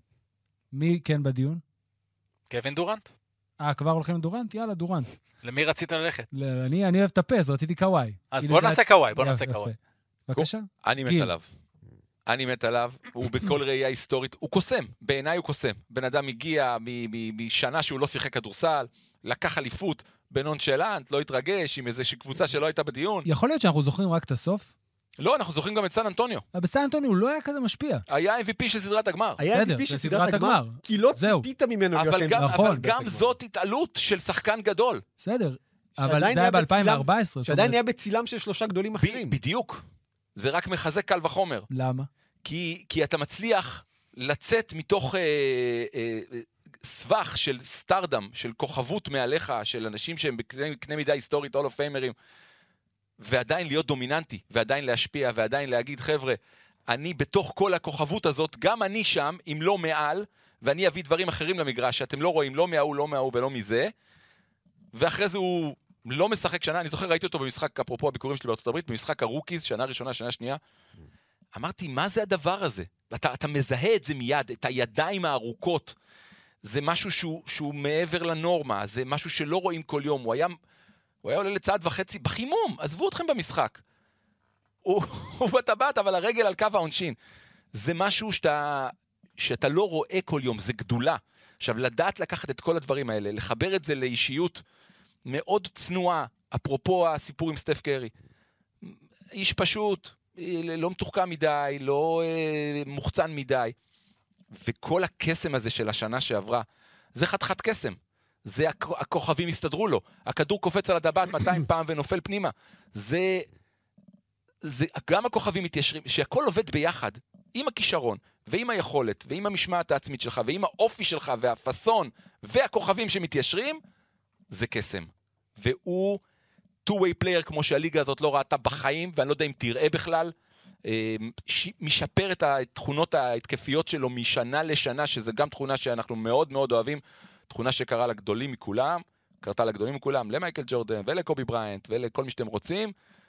מי כן בדיון? קווין דורנט. אה, כבר הולכים לדורנט? יאללה, דורנט. למי רצית ללכת? אני, אני אוהב את הפס, רציתי קוואי. אז בוא נעשה קוואי, בוא נעשה קוואי. בבקשה. אני מת עליו. אני מת עליו, הוא בכל ראייה היסטורית, הוא קוסם, בעיניי הוא קוסם. בן אדם הגיע משנה שהוא לא שיחק כדורסל, לקח אליפות בנונשלנט, לא התרגש עם איזושהי קבוצה שלא הייתה בדיון. יכול להיות שאנחנו זוכרים רק את הסוף? לא, אנחנו זוכרים גם את סן אנטוניו. בסן אנטוניו הוא לא היה כזה משפיע. היה אם וי פי של סדרת הגמר. היה אם בסדר, וי פי של זה סדרת סדרת הגמר, הגמר. כי לא זהו. ציפית ממנו להיות אבל גם, נכון. אבל גם זאת התעלות של שחקן גדול. בסדר, אבל שעדיין זה היה היה ב-אלפיים וארבע עשרה. בצילם- שעדיין היה בצילם של שלושה גדולים אחרים. ב- בדיוק. זה רק מחזק קל וחומר. למה? כי, כי אתה מצליח לצאת מתוך אה, אה, סבך של סטארדם, של כוכבות מעליך, של אנשים שהם בקנה קנה מידה היסטורית, אול אוף פיימרים, ועדיין להיות דומיננטי, ועדיין להשפיע, ועדיין להגיד, חבר'ה, אני בתוך כל הכוכבות הזאת, גם אני שם, אם לא מעל, ואני אביא דברים אחרים למגרש, שאתם לא רואים, לא מההוא, לא מההוא ולא מזה, ואחרי זה הוא לא משחק שנה, אני זוכר, ראיתי אותו במשחק, אפרופו הביקורים שלי בארצות הברית, במשחק הרוקיז, שנה ראשונה, שנה שנייה, אמרתי, מה זה הדבר הזה? אתה, אתה מזהה את זה מיד, את הידיים הארוכות, זה משהו שהוא, שהוא מעבר לנורמה, זה משהו שלא רואים כל יום, הוא היה, הוא היה עולה לצעד וחצי בחימום, עזבו אתכם במשחק. הוא, הוא בטבעת, אבל הרגל על קו העונשין. זה משהו שאתה, שאתה לא רואה כל יום, זה גדולה. עכשיו, לדעת לקחת את כל הדברים האלה, לחבר את זה לאישיות מאוד צנועה, אפרופו הסיפור עם סטף קרי. איש פשוט, לא מתוחכם מדי, לא אה, מוחצן מדי. וכל הקסם הזה של השנה שעברה, זה חתיכת קסם. זה הכוכבים הסתדרו לו. הכדור קופץ על הדבת מאתיים פעם ונופל פנימה. זה, זה גם הכוכבים מתיישרים, שהכל עובד ביחד, עם הכישרון, ועם היכולת, ועם המשמעת העצמית שלך, ועם האופי שלך, והפסון, והכוכבים שמתיישרים, זה קסם. והוא two-way player כמו שהליגה הזאת לא ראתה בחיים, ואני לא יודע אם תראה בכלל, משפר את התכונות ההתקפיות שלו משנה לשנה, שזה גם תכונה שאנחנו מאוד מאוד אוהבים, תכונה שקרה לגדולים מכולם, קרתה לגדולים מכולם, למייקל ג'ורדן ולקובי בריינט ולכל מי שאתם רוצים,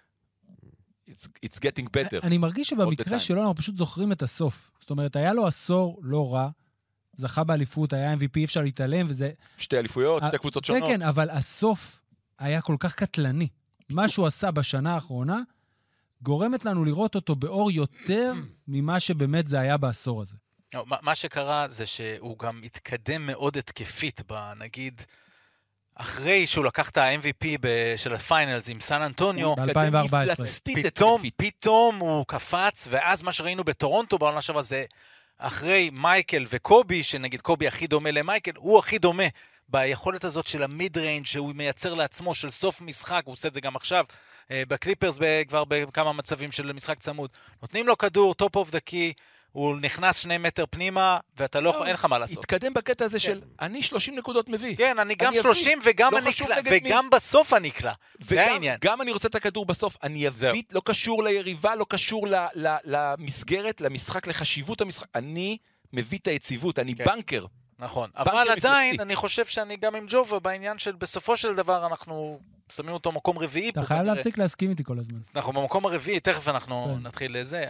it's, it's getting better. אני מרגיש שבמקרה שלו אנחנו פשוט זוכרים את הסוף. זאת אומרת, היה לו עשור לא רע, זכה באליפות, היה אם וי פי, אפשר להתעלם, וזה... שתי אליפויות, שתי קבוצות שונות. כן, כן, אבל הסוף היה כל כך קטלני. מה שהוא עשה בשנה האחרונה, גורמת לנו לראות אותו באור יותר ממה שבאמת זה היה בעשור הזה. מה שקרה זה שהוא גם התקדם מאוד התקפית, נגיד, אחרי שהוא לקח את ה-אם וי פי של הפיינלס עם סן אנטוניו, ב-אלפיים וארבע עשרה. פתאום, פתאום הוא קפץ, ואז מה שראינו בטורונטו בעונה שעברה זה, אחרי מייקל וקובי, שנגיד קובי הכי דומה למייקל, הוא הכי דומה ביכולת הזאת של המיד ריינג' שהוא מייצר לעצמו של סוף משחק, הוא עושה את זה גם עכשיו, בקליפרס כבר בכמה מצבים של משחק צמוד. נותנים לו כדור, טופ אוף דה קי, הוא נכנס שני מטר פנימה, ואתה לא, אין לך מה לעשות. התקדם בקטע הזה של, אני שלושים נקודות מביא. כן, אני גם שלושים וגם אני קלע, וגם בסוף אני קלע. זה העניין. גם אני רוצה את הכדור בסוף, אני אביא, לא קשור ליריבה, לא קשור למסגרת, למשחק, לחשיבות המשחק. אני מביא את היציבות, אני בנקר. נכון, אבל עדיין אני חושב שאני גם עם ג'ובה בעניין של בסופו של דבר אנחנו שמים אותו מקום רביעי. אתה חייב להפסיק להסכים איתי כל הזמן. אנחנו במקום הרביעי, תכף אנחנו נתחיל לזה.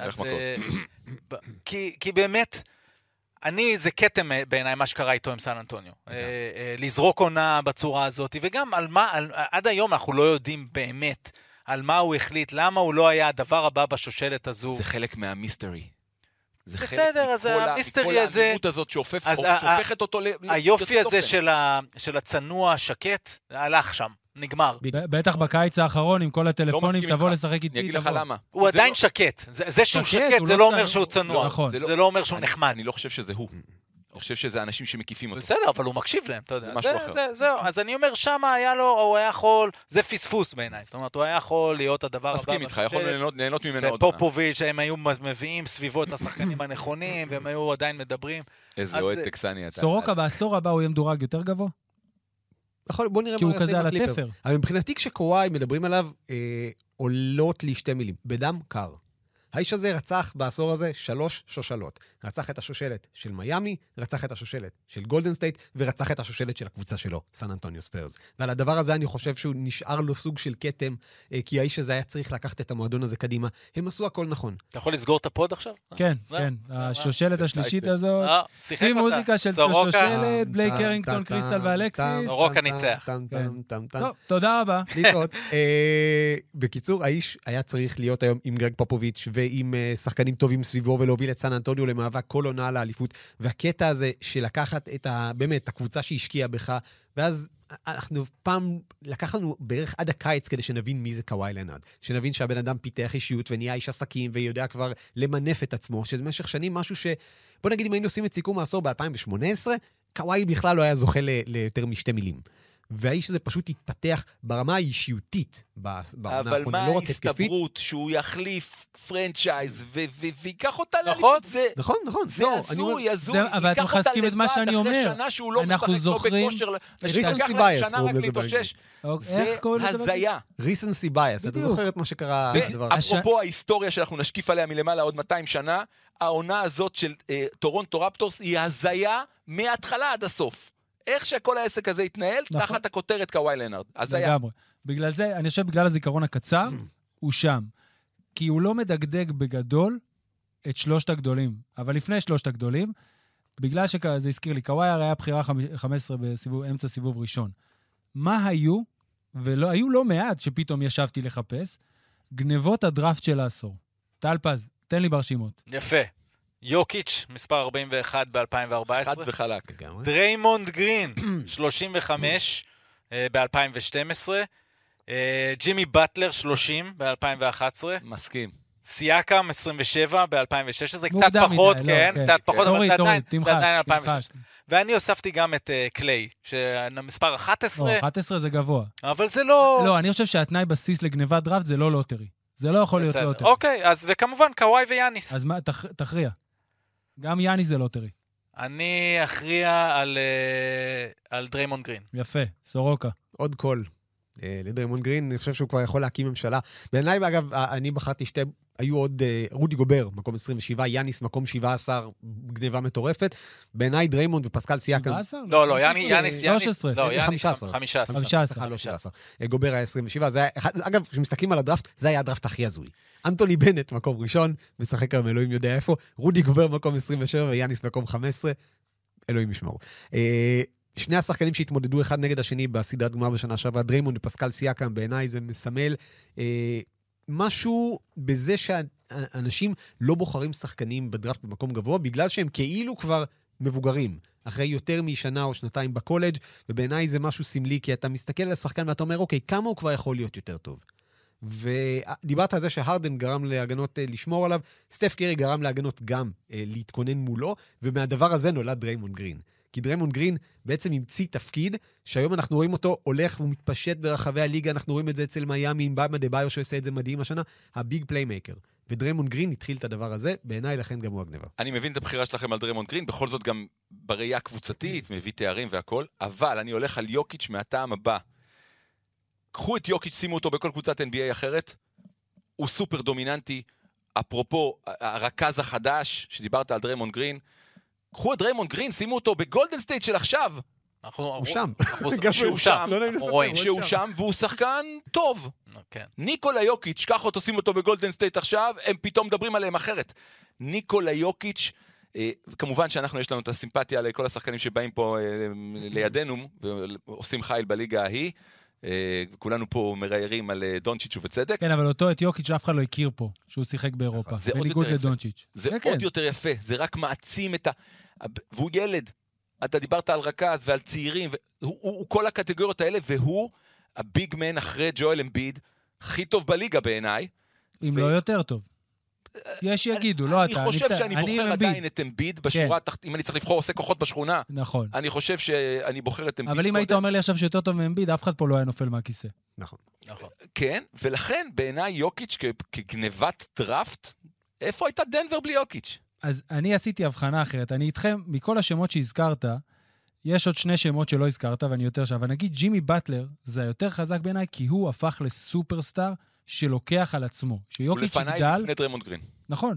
כי באמת, אני, זה קטם בעיניי מה שקרה איתו עם סן אנטוניו. לזרוק עונה בצורה הזאת, וגם על מה, עד היום אנחנו לא יודעים באמת על מה הוא החליט, למה הוא לא היה הדבר הבא בשושלת הזו. זה חלק מהמיסטרי. בסדר, אז המיסטרי הזה... כל העדימות הזאת שהופכת אותו... היופי הזה של הצנוע השקט, הלך שם, נגמר. בטח בקיץ האחרון, עם כל הטלפונים, תבוא לשחק איתי. אני אגיד לך למה. הוא עדיין שקט. זה שהוא שקט, זה לא אומר שהוא צנוע. זה לא אומר שהוא נחמד. אני לא חושב שזה הוא. אני חושב שזה אנשים שמקיפים אותו. בסדר, אבל הוא מקשיב להם, אתה יודע. זה משהו אחר. זהו, אז אני אומר, שמה היה לו, הוא היה יכול, זה פספוס בעיניי. זאת אומרת, הוא היה יכול להיות הדבר הבא. מסכים איתך, יכול ליהנות ממנו עוד. ופופוביץ', הם היו מביאים סביבו את השחקנים הנכונים, והם היו עדיין מדברים. איזה אוהד טקסני אתה. סורוקה בעשור הבא הוא יהיה מדורג יותר גבוה? נכון, בוא נראה כי הוא כזה על התפר. אבל מבחינתי כשקוואי מדברים עליו, עולות לי שתי מילים. בדם קר. האיש הזה רצח בעשור הזה שלוש שושלות. רצח את השושלת של מיימי, רצח את השושלת של גולדן סטייט, ורצח את השושלת של הקבוצה שלו, סן אנטוניו ספיירס. ועל הדבר הזה אני חושב שהוא נשאר לו סוג של קטם, כי האיש הזה היה צריך לקחת את המועדון הזה קדימה. הם עשו הכל נכון. אתה יכול לסגור את הפוד עכשיו? כן, כן. השושלת השלישית הזאת. שיחק אותה. מוזיקה של שושלת, בלייק הרינגטון, קריסטל ואלקסיס. סורוקה ניצח. טוב, תודה רבה. בקיצור, האיש היה צריך להיות היום עם גרג פופוביץ' ו עם שחקנים טובים סביבו, ולהוביל את סן אנטוניו למאבק כל עונה לאליפות. והקטע הזה של לקחת את ה... באמת, הקבוצה שהשקיעה בך, ואז אנחנו פעם, לקח לנו בערך עד הקיץ כדי שנבין מי זה קוואי לנארד. שנבין שהבן אדם פיתח אישיות ונהיה איש עסקים, ויודע כבר למנף את עצמו, שזה במשך שנים משהו ש... בוא נגיד, אם היינו עושים את סיכום העשור ב-אלפיים שמונה עשרה, קוואי בכלל לא היה זוכה ליותר משתי מילים. והאיש הזה פשוט התפתח ברמה האישיותית בעונה אבל האחרונה, מה לא רק התקפית. ההסתברות שהוא יחליף פרנצ'ייז ויקח אותה נכון, לאליפות? זה נכון, נכון. זה הזוי, הזוי. אבל אתם מחזקים את מה שאני אומר. אחרי שנה שהוא לא משחק אנחנו לא זוכרים... בכושר, recency לקח bias, להם שנה רק להתאושש. זה הזיה. recency bias, אתה זוכר את מה שקרה... אפרופו ההיסטוריה שאנחנו נשקיף עליה מלמעלה עוד מאתיים שנה, העונה הזאת של טורונטו רפטורס היא הזיה מההתחלה עד הסוף. איך שכל העסק הזה יתנהל, תחת הכותרת קוואי לנארד. אז היה. לגמרי. בגלל זה, אני חושב, בגלל הזיכרון הקצר, הוא שם. כי הוא לא מדגדג בגדול את שלושת הגדולים. אבל לפני שלושת הגדולים, בגלל שזה הזכיר לי, קוואי הרי היה בחירה חמש עשרה באמצע סיבוב ראשון. מה היו, ולא, היו לא מעט שפתאום ישבתי לחפש, גנבות הדראפט של העשור. טל פז, תן לי ברשימות. יפה. יוקיץ', מספר ארבעים ואחת ב-אלפיים וארבע עשרה. חד וחלק. דריימונד גרין, שלושים וחמש ב-אלפיים ושתים עשרה. ג'ימי באטלר, שלושים ב-אלפיים ואחת עשרה. מסכים. סייקם, עשרים ושבע ב-אלפיים ושש עשרה. קצת פחות, כן, קצת פחות, אבל זה עדיין אלפיים ושש עשרה. ואני הוספתי גם את קליי, שמספר אחת עשרה. אחת עשרה זה גבוה. אבל זה לא... לא, אני חושב שהתנאי בסיס לגניבת דראפט זה לא לוטרי. זה לא יכול להיות לוטרי. אוקיי, אז וכמובן קוואי ויאניס. אז מה, תכריע. גם יאניס זה לוטרי. אני אכריע על, על דריימונד גרין. יפה, סורוקה. עוד קול לדריימונד גרין, אני חושב שהוא כבר יכול להקים ממשלה. בעיניי, אגב, אני בחרתי שתי, היו עוד רודי גובר, מקום עשרים ושבע, יאניס, מקום שבע עשרה, גניבה מטורפת. בעיניי דריימונד ופסקל סייקם. שבע עשרה? לא, לא, יאניס, יאניס, שלוש עשרה. לא, יאניס, חמישה עשר. חמישה עשר. חמישה עשר. לא, שבע עשרה. גובר היה עשרים ושבע, זה היה, אגב, כשמסתכלים על הדראפט, זה היה הדראפט הכי הזוי. אנטוני בנט, מקום ראשון, משחק היום, אלוהים יודע איפה, רודי גובר, מקום עשרים ושבע, ויאניס, מקום חמש עשרה, אלוהים ישמעו. שני השחקנים שהתמודדו אחד נגד השני בסדרת גמר בשנה שעברה, דריימונד ופסקל סייקם, בעיניי זה מסמל אה, משהו בזה שאנשים לא בוחרים שחקנים בדראפט במקום גבוה, בגלל שהם כאילו כבר מבוגרים, אחרי יותר משנה או שנתיים בקולג', ובעיניי זה משהו סמלי, כי אתה מסתכל על השחקן ואתה אומר, אוקיי, כמה הוא כבר יכול להיות יותר טוב? ודיברת על זה שהרדן גרם להגנות לשמור עליו, סטף קרי גרם להגנות גם להתכונן מולו, ומהדבר הזה נולד דריימונד גרין. כי דריימונד גרין בעצם המציא תפקיד, שהיום אנחנו רואים אותו הולך ומתפשט ברחבי הליגה, אנחנו רואים את זה אצל מיאמי, עם באמה דבאיו שעושה את זה מדהים השנה, הביג פליימייקר. ודריימונד גרין התחיל את הדבר הזה, בעיניי לכן גם הוא הגניבה. אני מבין את הבחירה שלכם על דריימונד גרין, בכל זאת גם בראייה קבוצתית, מביא תארים והכל, אבל אני הולך על יוקיץ' מהטעם הבא. קחו את יוקיץ', שימו אותו בכל קבוצת אן בי איי אחרת, הוא סופר דומיננטי, אפרופו הרכז החדש, שדיברת על דריימונד גרין, קחו את דריימונד גרין, שימו אותו בגולדן סטייט של עכשיו. הוא שם. שהוא שם, שהוא שם, והוא שחקן טוב. ניקולה יוקיץ', קח אותו, שימו אותו בגולדן סטייט עכשיו, הם פתאום מדברים עליהם אחרת. ניקולה יוקיץ', כמובן שאנחנו יש לנו את הסימפתיה לכל השחקנים שבאים פה לידינו, ועושים חייל בליגה ההיא, כולנו פה מראיירים על דונצ'יץ' ובצדק. כן, אבל אותו את יוקיץ' אף אחד לא הכיר פה, שהוא שיחק באירופה, בניגוד לדונצ'יץ'. זה עוד יותר יפה, זה רק מעצים את ה... והוא ילד, אתה דיברת על רכז ועל צעירים, הוא כל הקטגוריות האלה, והוא הביג מן אחרי ג'ואל אמביד, הכי טוב בליגה בעיניי. אם לא יותר טוב. יש שיגידו, לא אתה. אני חושב שאני בוחר עדיין את אמביד בשורה, אם אני צריך לבחור עושה כוחות בשכונה. נכון. אני חושב שאני בוחר את אמביד. אבל אם היית אומר לי עכשיו שיותר טוב מאמביד, אף אחד פה לא היה נופל מהכיסא. נכון. כן, ולכן בעיניי יוקיץ' כגנבת דראפט, איפה הייתה דנבר בלי יוקיץ'? אז אני עשיתי הבחנה אחרת. אני איתכם, מכל השמות שהזכרת, יש עוד שני שמות שלא הזכרת, ואני יותר שם. אבל נגיד ג'ימי באטלר, זה היותר חזק בעיניי, כי הוא הפך לסופרסטאר שלוקח על עצמו. שיוקיץ' יגדל... ולפניי לפני דריימונד גרין. נכון.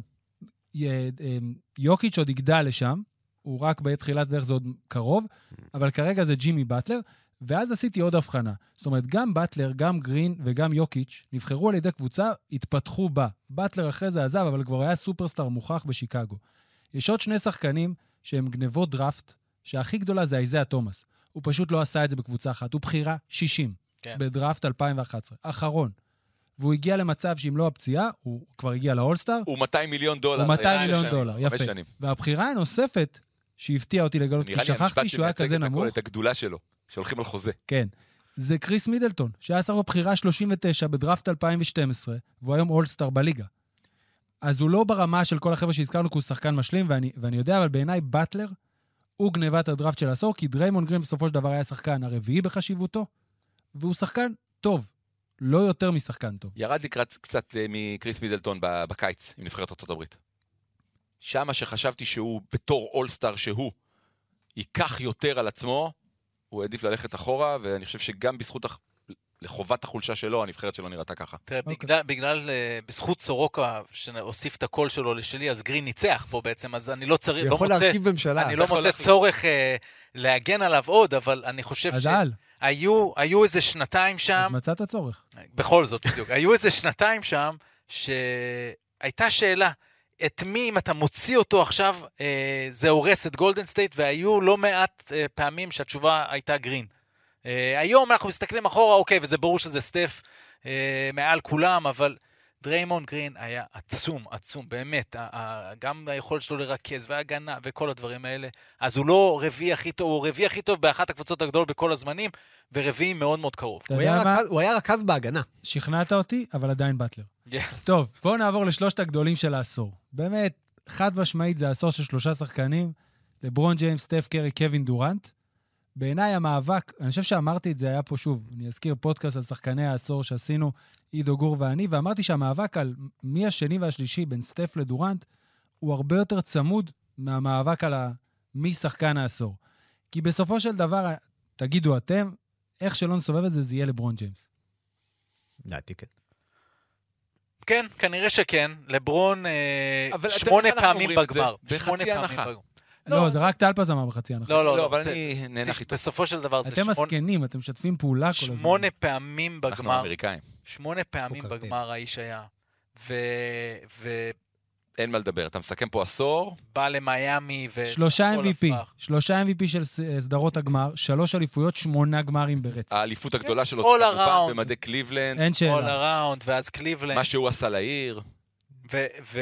יוקיץ' עוד יגדל לשם, הוא רק בתחילת דרך זה עוד קרוב, אבל כרגע זה ג'ימי באטלר, ואז עשיתי עוד הבחנה. זאת אומרת, גם באטלר, גם גרין וגם יוקיץ' נבחרו על ידי קבוצה, התפתחו בה. באטלר אחרי זה עזב, אבל כבר היה סופרסטאר מוכח בשיקגו. יש עוד שני שחקנים שהם גנבות דראפט, שהכי גדולה זה איזיה תומאס. הוא פשוט לא עשה את זה בקבוצה אחת. הוא בחירה שישים, כן. בדראפט אלפיים ואחת עשרה. אחרון. והוא הגיע למצב שאם לא הפציעה, הוא כבר הגיע לאולסטאר. הוא מאתיים מיליון דולר. הוא מאתיים מיליון דולר, יפה. והבחירה הנוספת שהפתיעה אותי לגלות, כי שכחתי שהוא היה כזה נמוך. את הגדולה שלו, שהולכים על חוזה. כן. זה קריס מידלטון, שהיה שר בבחירה שלושים ותשע בדראפט אלפיים ושתים עשרה, והוא היום אולסטאר בליגה. אז הוא לא ברמה של כל החבר'ה שהזכרנו, כי הוא שחקן משלים, ואני, ואני יודע, אבל בעיניי באטלר הוא גנבת הדראפט של העשור, כי דריימון גרין בסופו של דבר היה שחקן הרביעי בחשיבותו, והוא שחקן טוב, לא יותר משחקן טוב. ירד לקראת קצת מקריס מידלטון בקיץ, עם נבחרת ארצות הברית. שמה שחשבתי שהוא בתור אולסטאר שהוא ייקח יותר על עצמו, הוא העדיף ללכת אחורה, ואני חושב שגם בזכות, לחובת החולשה שלו, הנבחרת שלו נראתה ככה. תראה, בגלל, בגלל, בזכות סורוקה, שהוסיף את הקול שלו לשלי, אז גרין ניצח פה בעצם, אז אני לא צריך, לא מוצא, אני לא מוצא צורך להגן עליו עוד, אבל אני חושב שהיו, היו איזה שנתיים שם, אז מצאת הצורך. בכל זאת, בדיוק, היו איזה שנתיים שם, שהייתה שאלה, את מי, אם אתה מוציא אותו עכשיו, אה, זה הורס את גולדן סטייט, והיו לא מעט אה, פעמים שהתשובה הייתה גרין. אה, היום אנחנו מסתכלים אחורה, אוקיי, וזה ברור שזה סטף אה, מעל כולם, אבל דריימון גרין היה עצום, עצום, באמת. ה- ה- גם היכולת שלו לרכז והגנה וכל הדברים האלה. אז הוא לא רביעי הכי טוב, הוא רביעי הכי טוב באחת הקבוצות הגדולות בכל הזמנים, ורביעי מאוד מאוד קרוב. הוא היה רכז- הוא היה רכז בהגנה. שכנעת אותי, אבל עדיין באטלר. Yeah. טוב, בואו נעבור לשלושת הגדולים של העשור. באמת, חד משמעית זה העשור של שלושה שחקנים, לברון ג'יימס, סטף קרי, קווין דורנט. בעיניי המאבק, אני חושב שאמרתי את זה, היה פה שוב, אני אזכיר פודקאסט על שחקני העשור שעשינו, עידו גור ואני, ואמרתי שהמאבק על מי השני והשלישי בין סטף לדורנט, הוא הרבה יותר צמוד מהמאבק על מי שחקן העשור. כי בסופו של דבר, תגידו אתם, איך שלא נסובב את זה, זה יהיה לברון ג'יימס. דעתי כן. כן, כנראה שכן. לברון שמונה פעמים בגמר. בחצי הנחה. לא, זה רק טלפז אמר בחצי הנחה. לא, לא, לא, אבל אני נהנח איתו. בסופו של דבר זה אתם מסכנים, אתם משתפים פעולה כל הזמן. שמונה פעמים אנחנו בגמר. אמריקאים. שמונה פעמים בגמר האיש היה. ו... אין מה לדבר, אתה מסכם פה עשור. בא למיימי ו... שלושה אם וי פי, שלושה אם וי פי של סדרות הגמר, שלוש אליפויות, שמונה גמרים ברצף. האליפות הגדולה שלו, All around. במדי קליבלנד. אין שאלה. All around, ואז קליבלנד. מה שהוא עשה לעיר. ו...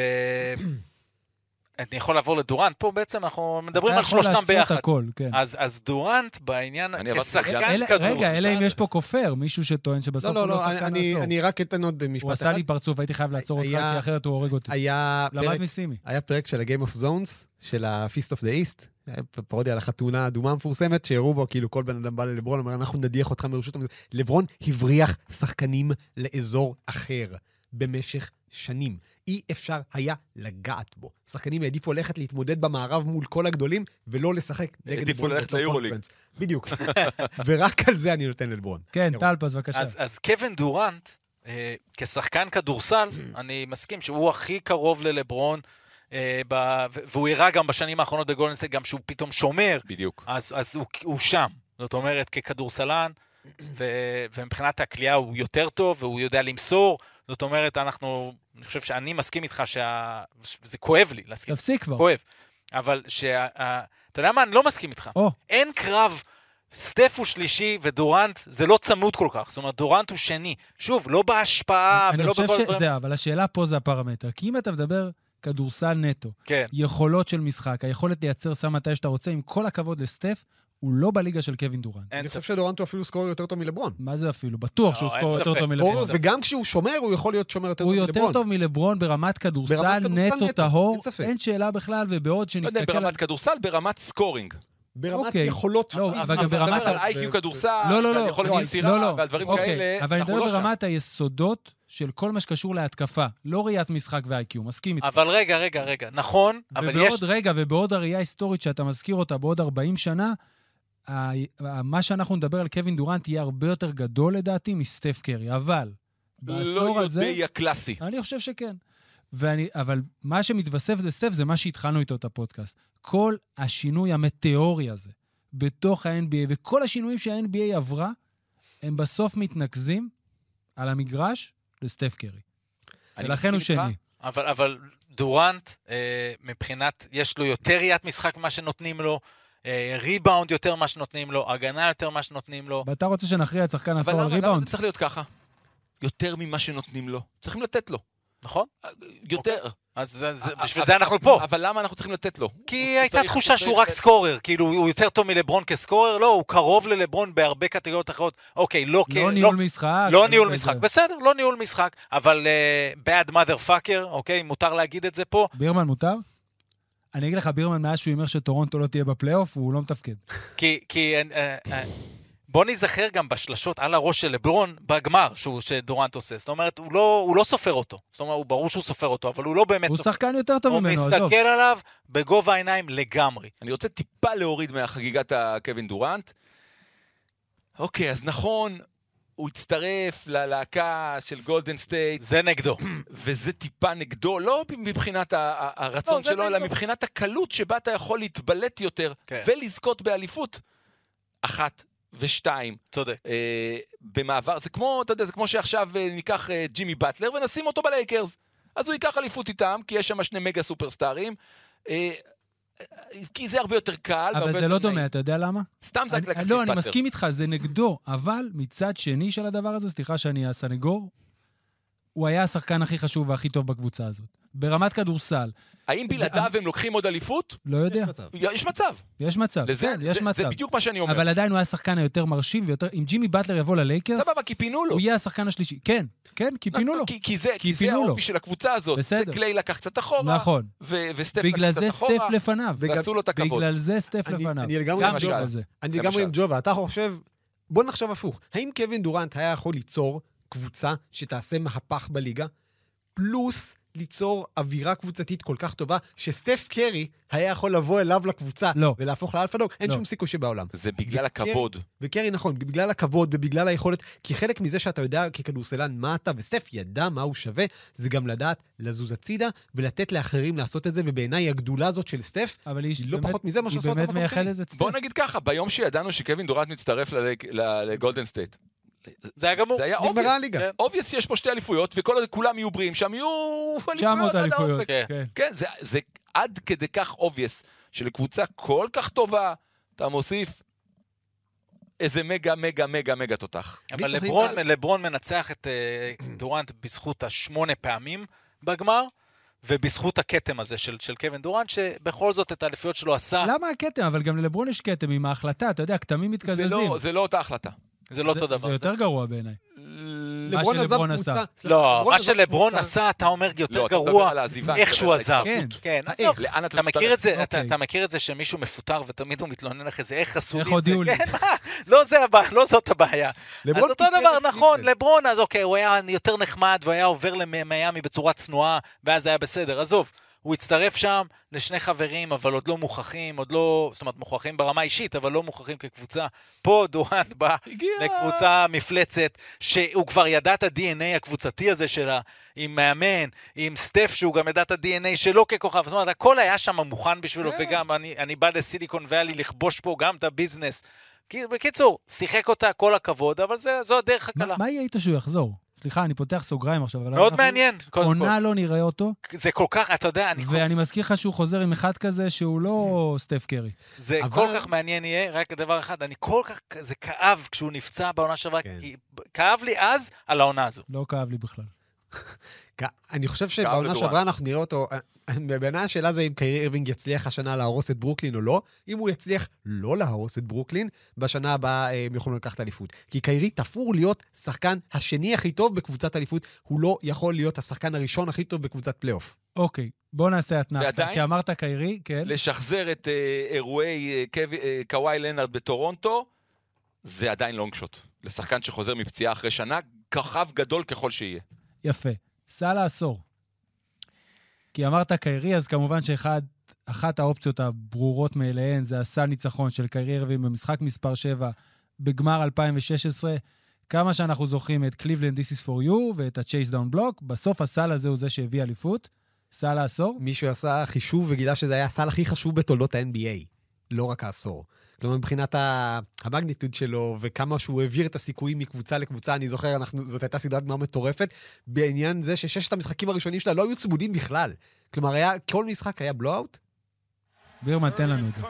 אני יכול לעבור לדורנט, פה בעצם אנחנו מדברים על שלושתם ביחד. הכל, כן. אז, אז דורנט בעניין, כשחקן אל, כדורסל... רגע, אלא אם יש פה כופר, מישהו שטוען שבסוף לא, הוא לא, לא שחקן אני, לעשור. אני רק אתן עוד משפט אחד. הוא עשה לי פרצוף, הייתי חייב לעצור אותך, היה, כי אחרת הוא הורג אותי. היה למד פרק, מסימי. היה פרק של ה-Game of Zones, של ה-Feast of the East, פרודיה על החתונה האדומה המפורסמת, שהראו בו, כאילו כל בן אדם בא ללברון, אומר, אנחנו נדיח אותך מרשות המדינה. לברון הבריח שחקנים לאזור אחר, במשך שנים. אי אפשר היה לגעת בו. שחקנים העדיפו ללכת להתמודד במערב מול כל הגדולים, ולא לשחק נגד העדיפו ללכת ליורוליג. בדיוק. ורק על זה אני נותן לברון. כן, טלפז, בבקשה. אז, אז קווין דורנט, אה, כשחקן כדורסל, אני מסכים שהוא הכי קרוב ללברון, אה, ב, והוא הראה גם בשנים האחרונות בגולדן סטייט, גם שהוא פתאום שומר. בדיוק. אז, אז הוא, הוא שם. זאת אומרת, ככדורסלן, ו, ומבחינת הקליעה הוא יותר טוב, והוא יודע למסור. זאת אומרת, אנחנו, אני חושב שאני מסכים איתך שה... זה כואב לי להסכים. תפסיק כבר. כואב. אבל שה... אתה יודע מה? אני לא מסכים איתך. או. אין קרב, סטף הוא שלישי ודורנט, זה לא צמוד כל כך. זאת אומרת, דורנט הוא שני. שוב, לא בהשפעה ולא בכל דברים. אני חושב שזה, אבל השאלה פה זה הפרמטר. כי אם אתה מדבר כדורסל נטו, כן. יכולות של משחק, היכולת לייצר סם מתי שאתה רוצה, עם כל הכבוד לסטף, הוא לא בליגה של קווין דורנט. אני חושב שדורנט הוא אפילו סקורר יותר טוב מלברון. מה זה אפילו? בטוח שהוא סקורר יותר טוב מלברון. וגם כשהוא שומר, הוא יכול להיות שומר יותר טוב הוא מלברון. יותר טוב מלברון ברמת כדורסל נטו טהור, אין שאלה בכלל, ובעוד לא יודע, שנסתכל... ברמת כדורסל, ברמת סקורינג. ברמת יכולות... לא, אבל גם ברמת... אתה מדבר על איי קיו כדורסל, לא, לא, לא. ועל יכולת מסירה, ועל דברים כאלה. אבל אני מדבר ברמת היסודות של כל מה שקשור להתקפה, לא ראיית משחק ו-איי קיו, מסכים איתי. אבל רגע, רגע, רגע, נכון, אבל יש... ובעוד רגע, ובעוד הראייה ההיסטורית שאתה מזכיר אותה, בעוד ארבעים שנה, מה שאנחנו נדבר על קווין דורנט יהיה הרבה יותר גדול לדעתי מסטף קרי, אבל בעשור הזה... לא יודע הקלאסי. אני חושב שכן. ואני, אבל מה שמתווסף לסטף זה מה שהתחלנו איתו את הפודקאסט. כל השינוי המטאורי הזה בתוך ה-אן בי איי, וכל השינויים שה-אן בי איי עברה, הם בסוף מתנקזים על המגרש לסטף קרי. ולכן הוא שני. אבל, אבל דורנט, אה, מבחינת, יש לו יותר ראיית משחק מה שנותנים לו, ריבאונד יותר מה שנותנים לו, הגנה יותר מה שנותנים לו. ואתה רוצה שנכריע את שחקן עשור על ריבאונד? אבל למה זה צריך להיות ככה? יותר ממה שנותנים לו. צריכים לתת לו. נכון? יותר. אז בשביל זה אנחנו פה. אבל למה אנחנו צריכים לתת לו? כי הייתה תחושה שהוא רק סקורר, כאילו הוא יותר טוב מלברון כסקורר, לא, הוא קרוב ללברון בהרבה קטגוריות אחרות. אוקיי, לא לא ניהול משחק. לא ניהול משחק, בסדר, לא ניהול משחק, אבל bad motherfucker, אוקיי, מותר להגיד את זה פה. בירמן מותר? אני אגיד לך, בירמן, מאז שהוא אומר שטורונטו לא תהיה בפלייאוף, הוא לא מתפקד. כי, כי, בוא נזכר גם בשלשות על הראש של לברון בגמר שדורנט עושה. זאת אומרת, הוא לא, הוא לא סופר אותו. זאת אומרת, הוא ברור שהוא סופר אותו, אבל הוא לא באמת הוא סופר. הוא שחקן יותר טוב ממנו, עזוב. הוא מסתכל עליו בגובה העיניים לגמרי. אני רוצה טיפה להוריד מהחגיגת הקווין דורנט. אוקיי, אז נכון, הוא הצטרף ללהקה של גולדן סטייט. זה נגדו. וזה טיפה נגדו, לא מבחינת הרצון שלו, אלא מבחינת הקלות שבה אתה יכול להתבלט יותר, ולזכות באליפות. אחת ושתיים. צודק. אה, במעבר, זה כמו, אתה יודע, זה כמו שעכשיו אה, ניקח אה, ג'ימי באטלר ונשים אותו בלייקרס. אז הוא ייקח אליפות איתם, כי יש שם שני מגה סופרסטארים. אה, כי זה הרבה יותר קל. אבל זה לא דומה, אתה יודע למה? סתם זה לקחת את לא, אני מסכים איתך, זה נגדו, אבל מצד שני של הדבר הזה, סליחה שאני הסנגור, הוא היה השחקן הכי חשוב והכי טוב בקבוצה הזאת. ברמת כדורסל. האם בלעדיו הם לוקחים עוד אליפות? לא יודע. יש מצב. יש מצב, כן, יש מצב. זה בדיוק מה שאני אומר. אבל עדיין הוא היה השחקן היותר מרשים, ויותר, אם ג'ימי באטלר יבוא ללייקרס, סבבה, כי פינו לו. הוא יהיה השחקן השלישי. כן, כן, כי פינו לו. כי זה האופי של הקבוצה הזאת. זה קליי לקח קצת אחורה. נכון. וסטף בגלל זה סטף לפניו. ועשו לו את הכבוד. בגלל זה סטף לפניו. אני לגמרי עם ג'ובה. אתה חושב, בוא נחשוב הפוך. האם קווין דורנט היה יכול ליצור קבוצה שתעשה מהפך בליגה? פלוס ליצור אווירה קבוצתית כל כך טובה, שסטף קרי היה יכול לבוא אליו לקבוצה, לא. ולהפוך לאלפא דוג. אין לא. שום סיכוי שבעולם. זה בגלל הכבוד. וקרי, נכון, בגלל הכבוד ובגלל היכולת, כי חלק מזה שאתה יודע ככדורסלן מה אתה, וסטף ידע מה הוא שווה, זה גם לדעת לזוז הצידה, ולתת לאחרים לעשות את זה, ובעיניי הגדולה הזאת של סטף, היא לא פחות מזה מה שעושה אותה מקום קרי. בוא נגיד ככה, ביום שידענו שקווין דורנט מצטרף לגולדן סטייט, זה היה גמור. זה היה אובייס. אובייס יש פה שתי אליפויות, וכולם יהיו בריאים שם, יהיו תשע מאות אליפויות. כן, זה עד כדי כך אובייס, שלקבוצה כל כך טובה, אתה מוסיף איזה מגה, מגה, מגה, מגה תותח. אבל לברון מנצח את דורנט בזכות השמונה פעמים בגמר, ובזכות הקטם הזה של, של קווין דורנט, שבכל זאת את האליפויות שלו עשה... למה הקטם? אבל גם לברון יש קטם עם ההחלטה, אתה יודע, קטמים מתקזזים. זה לא, זה לא אותה החלטה. זה לא אותו דבר. זה יותר גרוע בעיניי. לברון עזב קבוצה. לא, מה שלברון עשה, אתה אומר יותר גרוע איך שהוא עזב. כן. אתה מכיר את זה שמישהו מפוטר ותמיד הוא מתלונן אחרי זה, איך עשו לי איך את זה? הודיעו לי. לא זאת הבעיה. אז אותו דבר, נכון, לברון, אז אוקיי, הוא היה יותר נחמד, והוא היה עובר למיימי בצורה צנועה, ואז היה בסדר. עזוב. הוא הצטרף שם לשני חברים, אבל עוד לא מוכחים, עוד לא, זאת אומרת, מוכחים ברמה אישית, אבל לא מוכחים כקבוצה. פה דורנט בא לקבוצה מפלצת, שהוא כבר ידע את ה-די אן איי הקבוצתי הזה שלה, עם מאמן, עם סטף, שהוא גם ידע את ה-די אן איי שלו ככוכב. זאת אומרת, הכל היה שם מוכן בשבילו, וגם אני, אני בא לסיליקון ואלי לכבוש פה גם את הביזנס. בקיצור, שיחק אותה כל הכבוד, אבל זה, זו הדרך הקלה. מה יהיה איתו שהוא יחזור? סליחה, אני פותח סוגריים עכשיו. מאוד מעניין. עונה לא נראה אותו. זה כל כך, אתה יודע, אני... ואני מזכיר לך שהוא חוזר עם אחד כזה שהוא לא סטף קרי. זה כל כך מעניין יהיה, רק דבר אחד, אני כל כך, זה כאב כשהוא נפצע בעונה שעברה, כי כאב לי אז על העונה הזו. לא כאב לי בכלל. אני חושב שבעונה שעברה אנחנו נראה אותו, בעיניי השאלה זה אם קיירי אירווינג יצליח השנה להרוס את ברוקלין או לא, אם הוא יצליח לא להרוס את ברוקלין, בשנה הבאה הם יכולים לקחת אליפות. כי קיירי תפור להיות שחקן השני הכי טוב בקבוצת אליפות, הוא לא יכול להיות השחקן הראשון הכי טוב בקבוצת פלייאוף. אוקיי, בוא נעשה התנאה. כי אמרת קיירי, כן. לשחזר את אירועי קוואי לנארד בטורונטו, זה עדיין לונג שוט. לשחקן שחוזר מפציעה אחרי שנה, כוכב גדול ככל שיהיה. יפה. סל העשור. כי אמרת קיירי, אז כמובן שאחת האופציות הברורות מאליהן זה הסל ניצחון של קיירי אירווינג במשחק מספר שבע בגמר אלפיים ושש עשרה. כמה שאנחנו זוכרים את קליבלנד This is for you ואת ה-Chase Down Block, בסוף הסל הזה הוא זה שהביא אליפות. סל העשור. מישהו עשה חישוב וגילה שזה היה הסל הכי חשוב בתולדות ה-אן בי איי. לא רק העשור. כלומר, מבחינת המגניטוד שלו, וכמה שהוא העביר את הסיכויים מקבוצה לקבוצה, אני זוכר, אנחנו, זאת הייתה סדרת גמר מטורפת, בעניין זה שששת המשחקים הראשונים שלה לא היו צמודים בכלל. כלומר, היה, כל משחק היה בלואוט. בירמן, תן לנו את זה.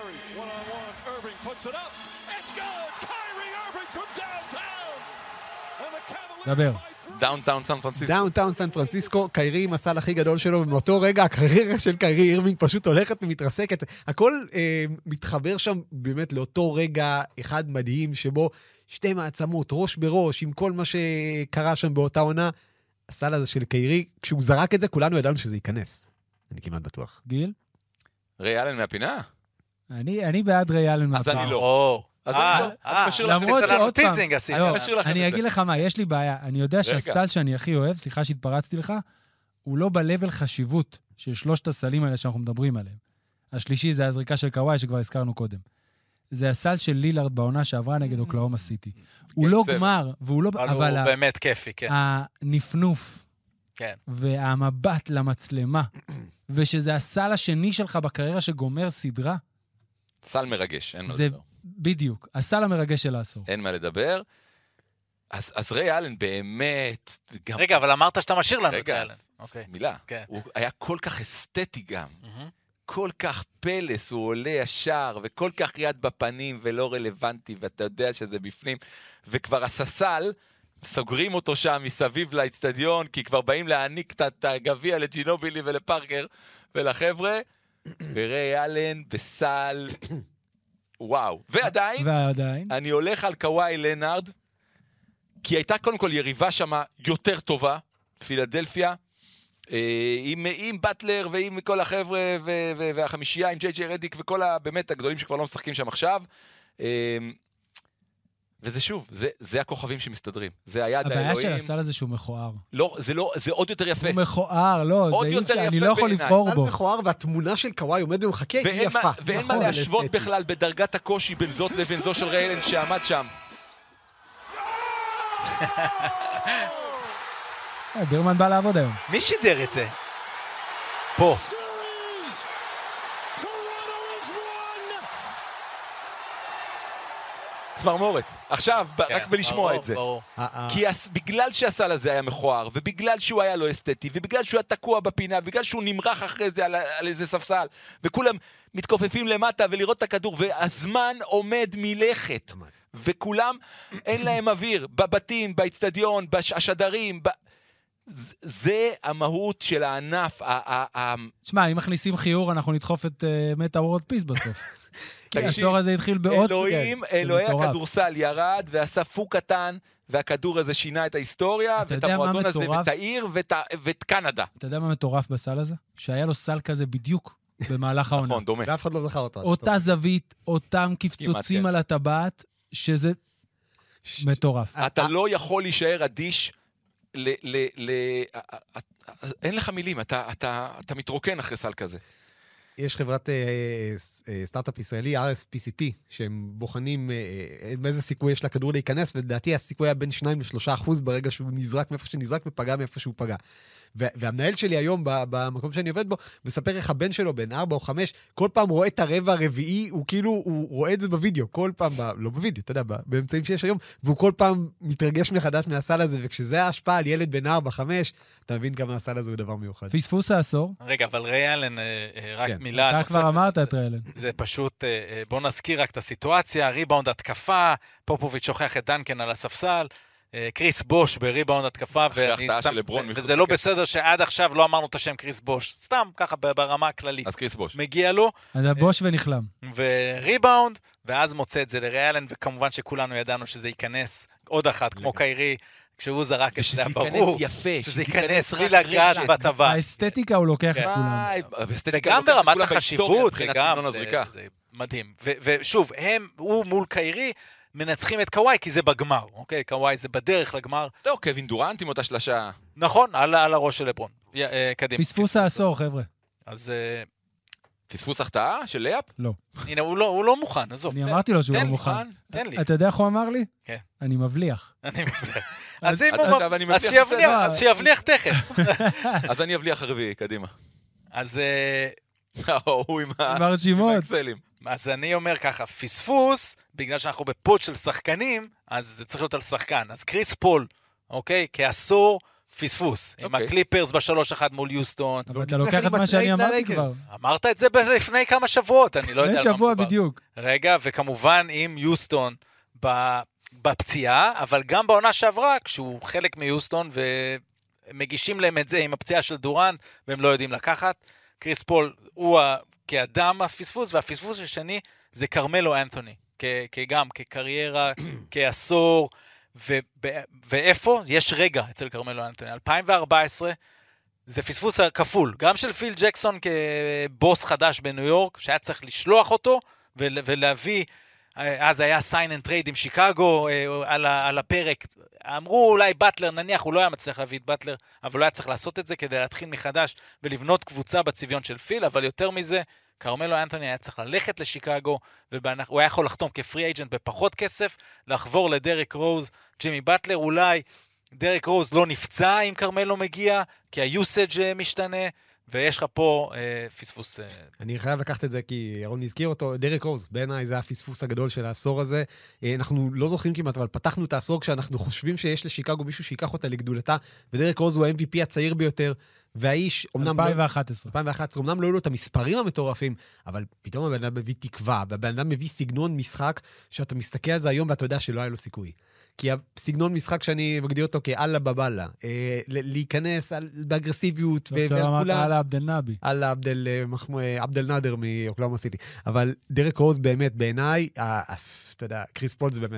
דבר. דאונטאון סן פרנסיסקו. דאונטאון סן פרנסיסקו, קיירי עם הסל הכי גדול שלו, ומאותו רגע הקריירה של קיירי אירווינג פשוט הולכת ומתרסקת. הכל אה, מתחבר שם באמת לאותו רגע אחד מדהים, שבו שתי מעצמות, ראש בראש, עם כל מה שקרה שם באותה עונה, הסל הזה של קיירי, כשהוא זרק את זה, כולנו ידענו שזה ייכנס. אני כמעט בטוח. גיל? ריי אלן מהפינה? אני, אני בעד ריי אלן אז מהפינה. אני לא. או, אז אה, אני לא. אה, אני משאיר לכם למרות את שעוד פעם, טיזינג עשיתי. לא, אני אשאיר לכם אני את אגיד זה. לך מה, יש לי בעיה. אני יודע שהסל שאני הכי אוהב, סליחה שהתפרצתי לך, הוא לא בלבל חשיבות של שלושת הסלים האלה שאנחנו מדברים עליהם. השלישי זה הזריקה של קוואי שכבר הזכרנו קודם. זה הסל של לילארד בעונה שעברה נגד אוקלאומה סיטי. הוא לא גמר, והוא לא... אבל הוא באמת כיפי, כן. הנפנוף כן. והמבט למצלמה, ושזה הסל השני שלך בקריירה שגומר סדרה, סל מרגש, אין מה זה לדבר. בדיוק, הסל המרגש של העשור. אין מה לדבר. אז, אז ריי אלן באמת... גם... רגע, אבל אמרת שאתה משאיר לנו את רגע, אלן. אוקיי. מילה. כן. הוא היה כל כך אסתטי גם. מהמם. כל כך פלס, הוא עולה ישר, וכל כך יד בפנים ולא רלוונטי, ואתה יודע שזה בפנים. וכבר הססל, סוגרים אותו שם מסביב לאצטדיון, כי כבר באים להעניק את הגביע לג'ינובילי ולפארקר ולחבר'ה, וריי אלן בסל, וואו. ועדיין, ועדיין, אני הולך על קוואי לנארד, כי הייתה קודם כל יריבה שמה יותר טובה, פילדלפיה, עם, עם בטלר ועם כל החבר'ה ו- ו- והחמישייה, עם ג'יי ג'יי רדיק וכל ה- באמת הגדולים שכבר לא משחקים שם עכשיו. וזה שוב, זה, זה הכוכבים שמסתדרים. זה היד האלוהים. הבעיה של הסל הזה שהוא מכוער. לא, זה לא, זה עוד יותר יפה. הוא מכוער, לא, עוד זה יותר אי אפשר, יפה אני לא יכול בעיניי. לבחור סל בו. מכוער, והתמונה של קוואי עומד ומחכה, היא ואין יפה. מה, ואין נכון, מה להשוות אסתטי. בכלל בדרגת הקושי בין זאת לבין זו של ריי אלן שעמד שם. אה, בירמן בא לעבוד היום. מי שידר את זה? פה. צמרמורת. עכשיו, ב- רק בלשמוע ברור, את זה. ברור. אה, אה. כי הס- בגלל שהסל הזה היה מכוער, ובגלל שהוא היה לא אסתטי, ובגלל שהוא היה תקוע בפינה, ובגלל שהוא נמרח אחרי זה על, על איזה ספסל, וכולם מתכופפים למטה ולראות את הכדור, והזמן עומד מלכת, וכולם אין להם אוויר, בבתים, באצטדיון, בשדרים, ב... ז- זה המהות של הענף, ה- ה- ה- תשמע, אם מכניסים חיור, אנחנו נדחוף את uh, מטה וורד פיס בסוף. כי תקשיב, העשור הזה התחיל בעוד... אלוהים, כן, זה אלוהי מטורף. הכדורסל ירד ועשה פוק קטן, והכדור הזה שינה את ההיסטוריה, אתה ואת יודע מה המועדון הזה, מטורף? ואת העיר, ואת ה- ואת קנדה. אתה יודע מה מטורף בסל הזה? שהיה לו סל כזה בדיוק במהלך העונה. נכון, דומה. ואף אחד לא זכר אותה. אותה זווית, אותם קפצוצים כן. על הטבעת, שזה מטורף. אתה לא יכול להישאר אדיש ל... ל, ל אין לך מילים, אתה, אתה, אתה מתרוקן אחרי סל כזה. יש חברת אה, אה, סטארט-אפ ישראלי, אר אס פי סי טי, שהם בוחנים אה, באיזה סיכוי יש לכדור להיכנס, ולדעתי הסיכוי היה בין שניים לשלושה אחוז ברגע שהוא נזרק מאיפה שנזרק ופגע מאיפה שהוא פגע. והמנהל שלי היום, במקום שאני עובד בו, מספר איך הבן שלו, בין ארבע או חמש, כל פעם רואה את הרבע הרביעי, הוא כאילו, הוא רואה את זה בווידאו, כל פעם, לא בווידאו, אתה יודע, באמצעים שיש היום, והוא כל פעם מתרגש מחדש מהסל הזה, וכשזה ההשפעה על ילד בין ארבע, חמש, אתה מבין כמה הסל הזה הוא דבר מיוחד. פספוס העשור. רגע, אבל ריי אלן, אה, אה, רק כן. מילה אתה נוספת. כבר אמרת את ריילן. זה פשוט, אה, אה, בוא נזכיר רק את הסיטואציה, ריבאונד התקפה, פופוביץ' שוכח את דנקן על הספסל, אה, קריס בוש בריבאונד התקפה, אחרי ואני החטאה שם- של לברון מחוץ וזה לא לכס. בסדר שעד עכשיו לא אמרנו את השם קריס בוש, סתם ככה ב- ברמה הכללית. אז קריס בוש. מגיע לו, אתה בוש ונחלם. וריבאונד, ואז מוצא את זה לריי אלן, וכמובן שכולנו ידענו שזה ייכנס עוד אחת, כמו קיירי, כשהוא זרק את זה, ושזה היה ייכנס ברור, יפה. שזה ייכנס רק בלי לגעת רשת. בטבעת. האסתטיקה הוא לוקח את כן. כולם. אה, האסתטיקה וגם לוקחת את ברמת כולם בהיסטוריה החשיבות, זה מבחינת גם, סגנון זה, הזריקה. זה מדהים. ו- ושוב, הם, הוא מול קיירי, מנצחים את קוואי, כי זה בגמר, אוקיי? קוואי זה בדרך לגמר. לא, קווין דורנט עם אותה שלשה. נכון, על, על הראש של לברון. י, אה, קדימה. פספוס העשור, חבר'ה. אז אה, פספוס החטאה של ליאפ? לא. הנה, הוא לא, הוא לא מוכן, עזוב. אני תן- אמרתי לו שהוא תן לא לי, מוכן. תן לי. אתה יודע איך הוא אמר לי? כן. אני מבליח. אני מבליח. אז אם אז הוא... עכשיו אני מב- אז מבליח שיבליח, בסדר. אז שיבליח תכף. אז אני אבליח הרביעי, קדימה. אז... אה, הוא עם ה- עם הרשימות. עם האקסלים. אז אני אומר ככה, פספוס, בגלל שאנחנו בפוד של שחקנים, אז זה צריך להיות על שחקן. אז קריס פול, אוקיי? כעשור, פספוס. עם אוקיי. הקליפרס בשלוש אחד מול יוסטון. אבל אתה לוקח את מה שאני אמרתי כבר. אמרת את זה ב- לפני כמה שבועות, אני לא יודע לפני על מה שבוע מדובר. בדיוק. רגע, וכמובן עם יוסטון, ב... בפציעה, אבל גם בעונה שעברה, כשהוא חלק מיוסטון, ומגישים להם את זה עם הפציעה של דורנט, והם לא יודעים לקחת. קריס פול הוא כאדם הפספוס, והפספוס השני זה קרמלו אנתוני, כגם, כקריירה, כעשור, ואיפה? יש רגע אצל קרמלו אנתוני. אלפיים וארבע עשרה, זה פספוס כפול, גם של פיל ג'קסון כבוס חדש בניו יורק, שהיה צריך לשלוח אותו, ולהביא, אז היה סיין אנד טרייד עם שיקגו על, על הפרק, אמרו אולי בטלר, נניח הוא לא היה מצליח להביא את בטלר, אבל הוא היה צריך לעשות את זה כדי להתחיל מחדש, ולבנות קבוצה בצביון של פיל, אבל יותר מזה, קרמלו אנתוני היה צריך ללכת לשיקגו, והוא היה יכול לחתום כפרי אייג'נט בפחות כסף, לחבור לדרק רוז, ג'ימי בטלר, אולי דרק רוז לא נפצע אם קרמלו מגיע, כי היוסאג' משתנה, ויש לך פה אה, פספוס. אה... אני חייב לקחת את זה, כי ירון נזכיר אותו, דרק רוז, בעיניי זה הפספוס הגדול של העשור הזה. אה, אנחנו לא זוכרים כמעט, אבל פתחנו את העשור כשאנחנו חושבים שיש לשיקגו מישהו שיקח אותה לגדולתה, ודרק רוז הוא ה-אם וי פי הצעיר ביותר, והאיש, אמנם אלפיים ואחת עשרה. אלפיים ואחת עשרה, אמנם לא היו לו את המספרים המטורפים, אבל פתאום הבן אדם מביא תקווה, והבן אדם מביא סגנון משחק, שאתה מסתכל על זה היום ואתה יודע שלא היה לו סיכוי. כי הסגנון משחק שאני מגדיר אותו כאללה בבאללה, אה, להיכנס על, באגרסיביות. לא אמרת אללה עבדל נאבי. אללה עבדל, עבדל נאדר מאוקלהומה סיטי. אבל דרק רוז באמת, בעיניי, אתה יודע, קריס פול זה באמת,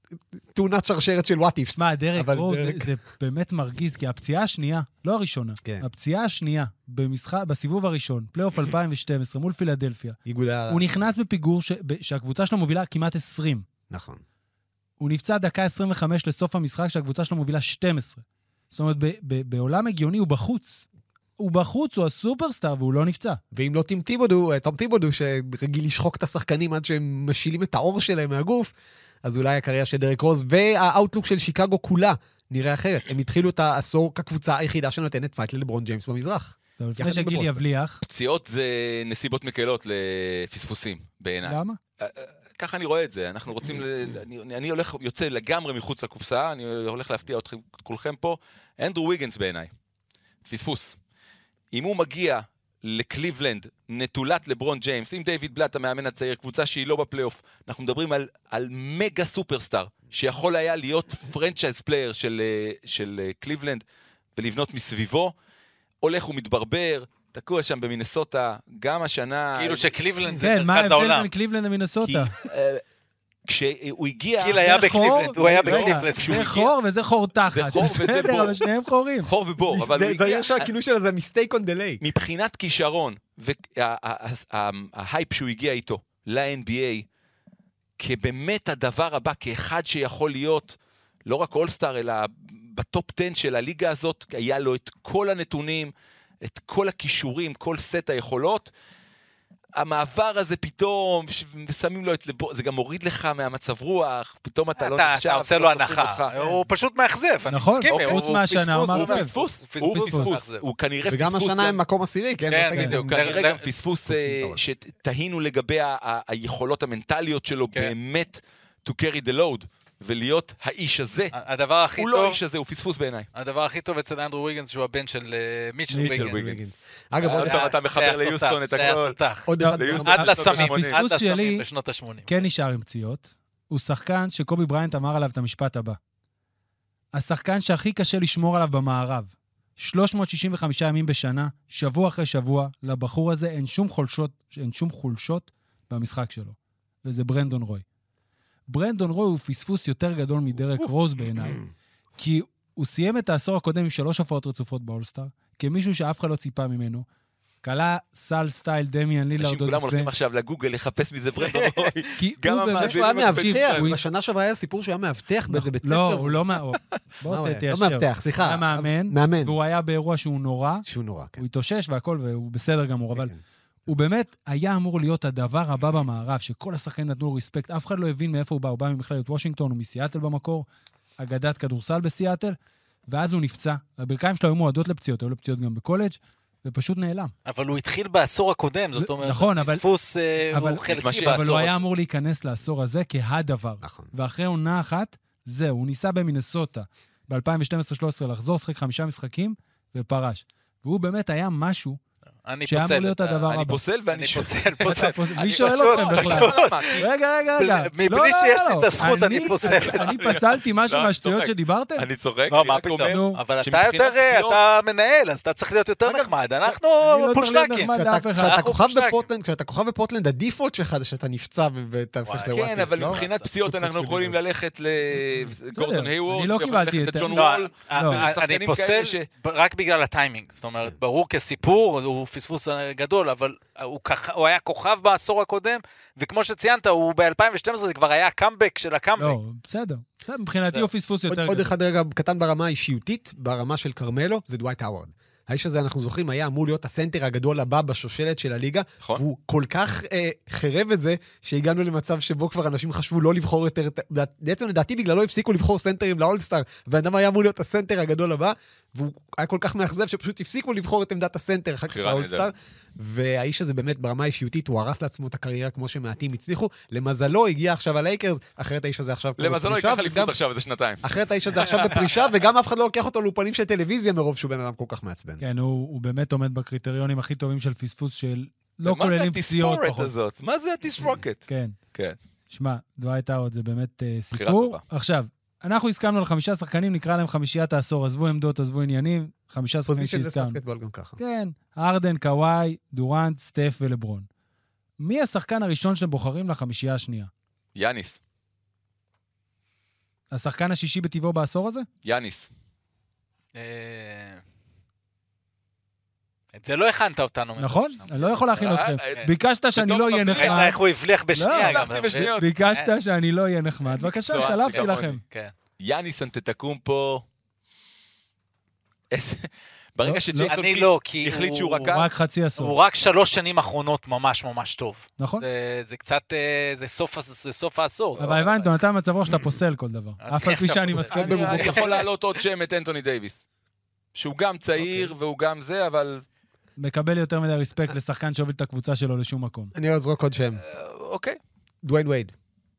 תאונת שרשרת של וואטיפס. מה, דרק רוז זה, זה באמת מרגיז, כי הפציעה השנייה, לא הראשונה, כן. הפציעה השנייה במשחק, בסיבוב הראשון, פלייאוף אלפיים ושתים עשרה מול פילדלפיה, יגולה... הוא נכנס בפיגור ש... שהקבוצה שלו מובילה כמעט עשרים. נכון. הוא נפצע דקה עשרים וחמש לסוף המשחק שהקבוצה שלו מובילה שתים עשרה. זאת אומרת, ב- ב- בעולם הגיוני הוא בחוץ. הוא בחוץ, הוא הסופרסטאר, והוא לא נפצע. ואם לא טים טיבודו, טום טיבודו, שרגיל לשחוק את השחקנים עד שהם משילים את האור שלהם מהגוף, אז אולי הקריירה של דרק רוז, והאוטלוק של שיקגו כולה נראה אחרת. הם התחילו את העשור כקבוצה היחידה שנותנת פייט ללברון ג'יימס במזרח. לפני שגיל יבליח. פציעות זה נסיבות מקלות לפספוסים בעיניי. למה? ככה אני רואה את זה. אנחנו רוצים, אני, אני הולך, יוצא לגמרי מחוץ לקופסה, אני הולך להפתיע אתכם, כולכם פה. אנדרו ויגנס בעיניי. פספוס. אם הוא מגיע לקליבלנד, נטולת לברון ג'יימס, עם דיוויד בלאט המאמן הצעיר, קבוצה שהיא לא בפלייאוף, אנחנו מדברים על, על מגה סופרסטאר, שיכול היה להיות פרנצ'ייז פלייר של, של קליבלנד, ולבנות מסביבו, הולך ומתברבר, תקוע שם במינסוטה, גם השנה... כאילו שקליבלנד זה מרכז העולם. כן, מה ההבדל בין קליבלנד למינסוטה? כשהוא הגיע... גיל היה בקליבלנד, הוא היה בקליבלנד. זה חור וזה חור תחת. זה חור וזה בור. אבל שניהם חורים. חור ובור, אבל הוא זה הגיע... שהכינוי שלה זה מיסטייק און דיליי. מבחינת כישרון, וההייפ שהוא הגיע איתו, ל-אן בי איי, כבאמת הדבר הבא, כאחד שיכול להיות, לא רק אולסטאר, אלא בטופ עשר של הליגה הזאת, היה לו את כל הנתונים, את כל הכישורים, כל סט היכולות, המעבר הזה פתאום, שמים לו את לבו, זה גם מוריד לך מהמצב רוח, פתאום אתה לא נשאר. אתה עושה לו הנחה, הוא פשוט מאכזב. נכון, חוץ מהשנה, הוא פספוס, הוא פספוס, הוא כנראה פספוס. וגם השנה הם מקום עשירי, כן? הוא כנראה גם פספוס שתהינו לגבי היכולות המנטליות שלו באמת to carry the load. ולהיות האיש הזה, הדבר הכי הוא טוב, לא האיש הזה, הוא פספוס בעיניי. הדבר הכי טוב אצל אנדרו ויגנס, שהוא הבן של מיטשל ויגנס. אגב, אתה מחבר ליוסטון את הכל. עד לסמים, עד לסמים בשנות ה-שמונים. כן נשאר עם פציעות. הוא שחקן שקובי בריינט אמר עליו את המשפט הבא. השחקן שהכי קשה לשמור עליו במערב. שלוש מאות שישים וחמישה ימים בשנה, שבוע אחרי שבוע, לבחור הזה אין שום חולשות, אין שום חולשות במשחק שלו. וזה ברנדון רוי. ברנדון רוי הוא פספוס יותר גדול מדרק רוז בעיניי, כי הוא סיים את העשור הקודם עם שלוש הופעות רצופות באולסטאר, כמישהו שאף אחד לא ציפה ממנו, קלה סל סטייל דמיאן לילארד. אנשים כולם הולכים עכשיו לגוגל לחפש מזה ברנדון רוי. כי הוא באמת שהוא היה מאבטח, בשנה שעברה היה סיפור שהוא היה מאבטח באיזה בית ספר. לא, הוא לא תיישר. לא מאבטח, סליחה. הוא היה מאמן, והוא היה באירוע שהוא נורא. שהוא נורא, כן. הוא התאושש והכל, והוא בסדר גמור, אבל... הוא באמת היה אמור להיות הדבר הבא במערב, שכל השחקנים נתנו לו ריספקט, אף אחד לא הבין מאיפה הוא בא, הוא בא ממכללת וושינגטון, הוא מסיאטל במקור, אגדת כדורסל בסיאטל, ואז הוא נפצע, הברכיים שלו היו מועדות לפציעות, היו לפציעות גם בקולג' ופשוט נעלם. אבל הוא התחיל בעשור הקודם, זאת אומרת, נכון, אבל, פספוס אבל, הוא חלקי בעשור אבל הזה. הוא היה אמור להיכנס לעשור הזה כהדבר, נכון. ואחרי עונה אחת, זהו, הוא ניסה במינסוטה, ב-אלפיים ושתים עשרה שלוש עשרה לחזור, שחק חמישה משחקים, ופרש. והוא באמת היה משהו, אני שאמור פוסל. להיות הדבר אני הבא. פוסל ואני אני ש... פוסל, פוסל. מי שואל פשוט, אתכם בכלל? פשוט. רגע, רגע, רגע. מבלי לא, לא, שיש לא, לי את הזכות, אני פוסל. אני פסלתי משהו לא, מהשטויות צוחק. שדיברתם? אני צוחק, לא, אני מה רק אומר... פתאום? אבל אתה שמבחינת יותר, פציעות- אתה מנהל, אז אתה צריך להיות יותר נחמד. אנחנו אני לא צריך להיות פושטקים. נחמד לאף אחד. כשאתה אנחנו כוכב פושטקים. בפורטלנד, כשאתה כוכב בפורטלנד, הדיפולט שלך זה שאתה נפצע ואתה הופך וואי, לוואטי. כן, אבל לא? מבחינת פציעות אנחנו יכולים ללכת לגורדון היוורד, אני לא יכולים קיבלתי ללכת את זה. לג'ון לא, וול, לא. אני ושחקנים פוסל כאלה ש- רק בגלל הטיימינג. זאת אומרת, ברור כסיפור, הוא פספוס גדול, אבל הוא כח- הוא היה כוכב בעשור הקודם, וכמו שציינת, הוא ב-אלפיים ושתים עשרה זה כבר היה הקאמבק של הקאמבק. לא, בסדר. בסדר, מבחינתי הוא פספוס עוד- יותר עוד גדול. אחד רגע קטן ברמה האישיותית, ברמה של קרמלו, זה דווייט האוורד. האיש הזה, אנחנו זוכרים, היה אמור להיות הסנטר הגדול הבא בשושלת של הליגה. נכון. הוא כל כך אה, חרב את זה, שהגענו למצב שבו כבר אנשים חשבו לא לבחור יותר... את- בעצם לדעתי בגללו הפסיקו לבחור סנטרים לאולסטאר, והבן אדם היה אמור להיות הסנטר הגדול הבא, והוא היה כל כך מאכזב שפשוט הפסיקו לבחור את עמדת הסנטר אחר כך בחירה לאולסטאר. נהדרת. והאיש הזה באמת ברמה האישיותית, הוא הרס לעצמו את הקריירה כמו שמעטים הצליחו. למזלו הגיע עכשיו הלייקרס, אחרת האיש הזה עכשיו... למזלו בפרישה, ייקח אליפות וגם- עכשיו איזה שנתיים. אחרת האיש הזה עכשיו בפרישה, וגם אף אחד לא לוקח אותו לאופנים של טלוויזיה מרוב שהוא בן אדם כל כך מעצבן. כן, הוא הוא באמת עומד בקריטריונים הכי טובים של פספוס של לא מה זה כוללים פציעות התספורת פחות. הזאת? מה זה התסרוקת? כן. כן. שמע, דווייט האוורד זה באמת אה, בחירה סיפור. טובה. עכשיו, אנחנו הסכמנו על חמישה שחקנים, נקרא להם חמישיית העשור, עזבו עמדות, עזבו עניינים, חמישה שחקנים פוזישן זה שהסכמנו. בסקטבול גם ככה. כן, ארדן, קוואי, דורנט, סטף ולברון. מי השחקן הראשון שאתם בוחרים לחמישייה השנייה? יאניס. השחקן השישי בטבעו בעשור הזה? יאניס. אה, את זה לא הכנת אותנו. נכון? מראש. אני לא יכול להכין אה, אתכם. אה, ביקשת שאני פתאום לא אהיה מבריח. ראית נחמד. איך הוא הבליח בשנייה לא, גם. הבלחתי בשניות. ביקשת שאני לא אהיה נחמד. בבקשה, מקצוע, שלפתי כמוני. לכם. כן. יאניס אנטטקומפו. איזה... ברגע לא, שג'ייסון אני קיד לא, כי החליט שהוא הוא- רכב, רק חצי עשור. הוא רק שלוש שנים אחרונות ממש ממש טוב. נכון? זה- זה קצת, אה, זה סוף ה- זה סוף העשור. זה- אבל הבנת, נתן מצב רוח שאתה פוסל כל דבר. אני אף על פי עכשיו שאני פוסל. מסכים אני אני במובן. יכול להעלות עוד שם את אנטוני דייביס. שהוא גם צעיר והוא גם זה, אבל... מקבל יותר מדי רספקט לשחקן שהוביל את הקבוצה שלו לשום מקום. אני אזרוק עוד שם. אוקיי. דוויין וייד.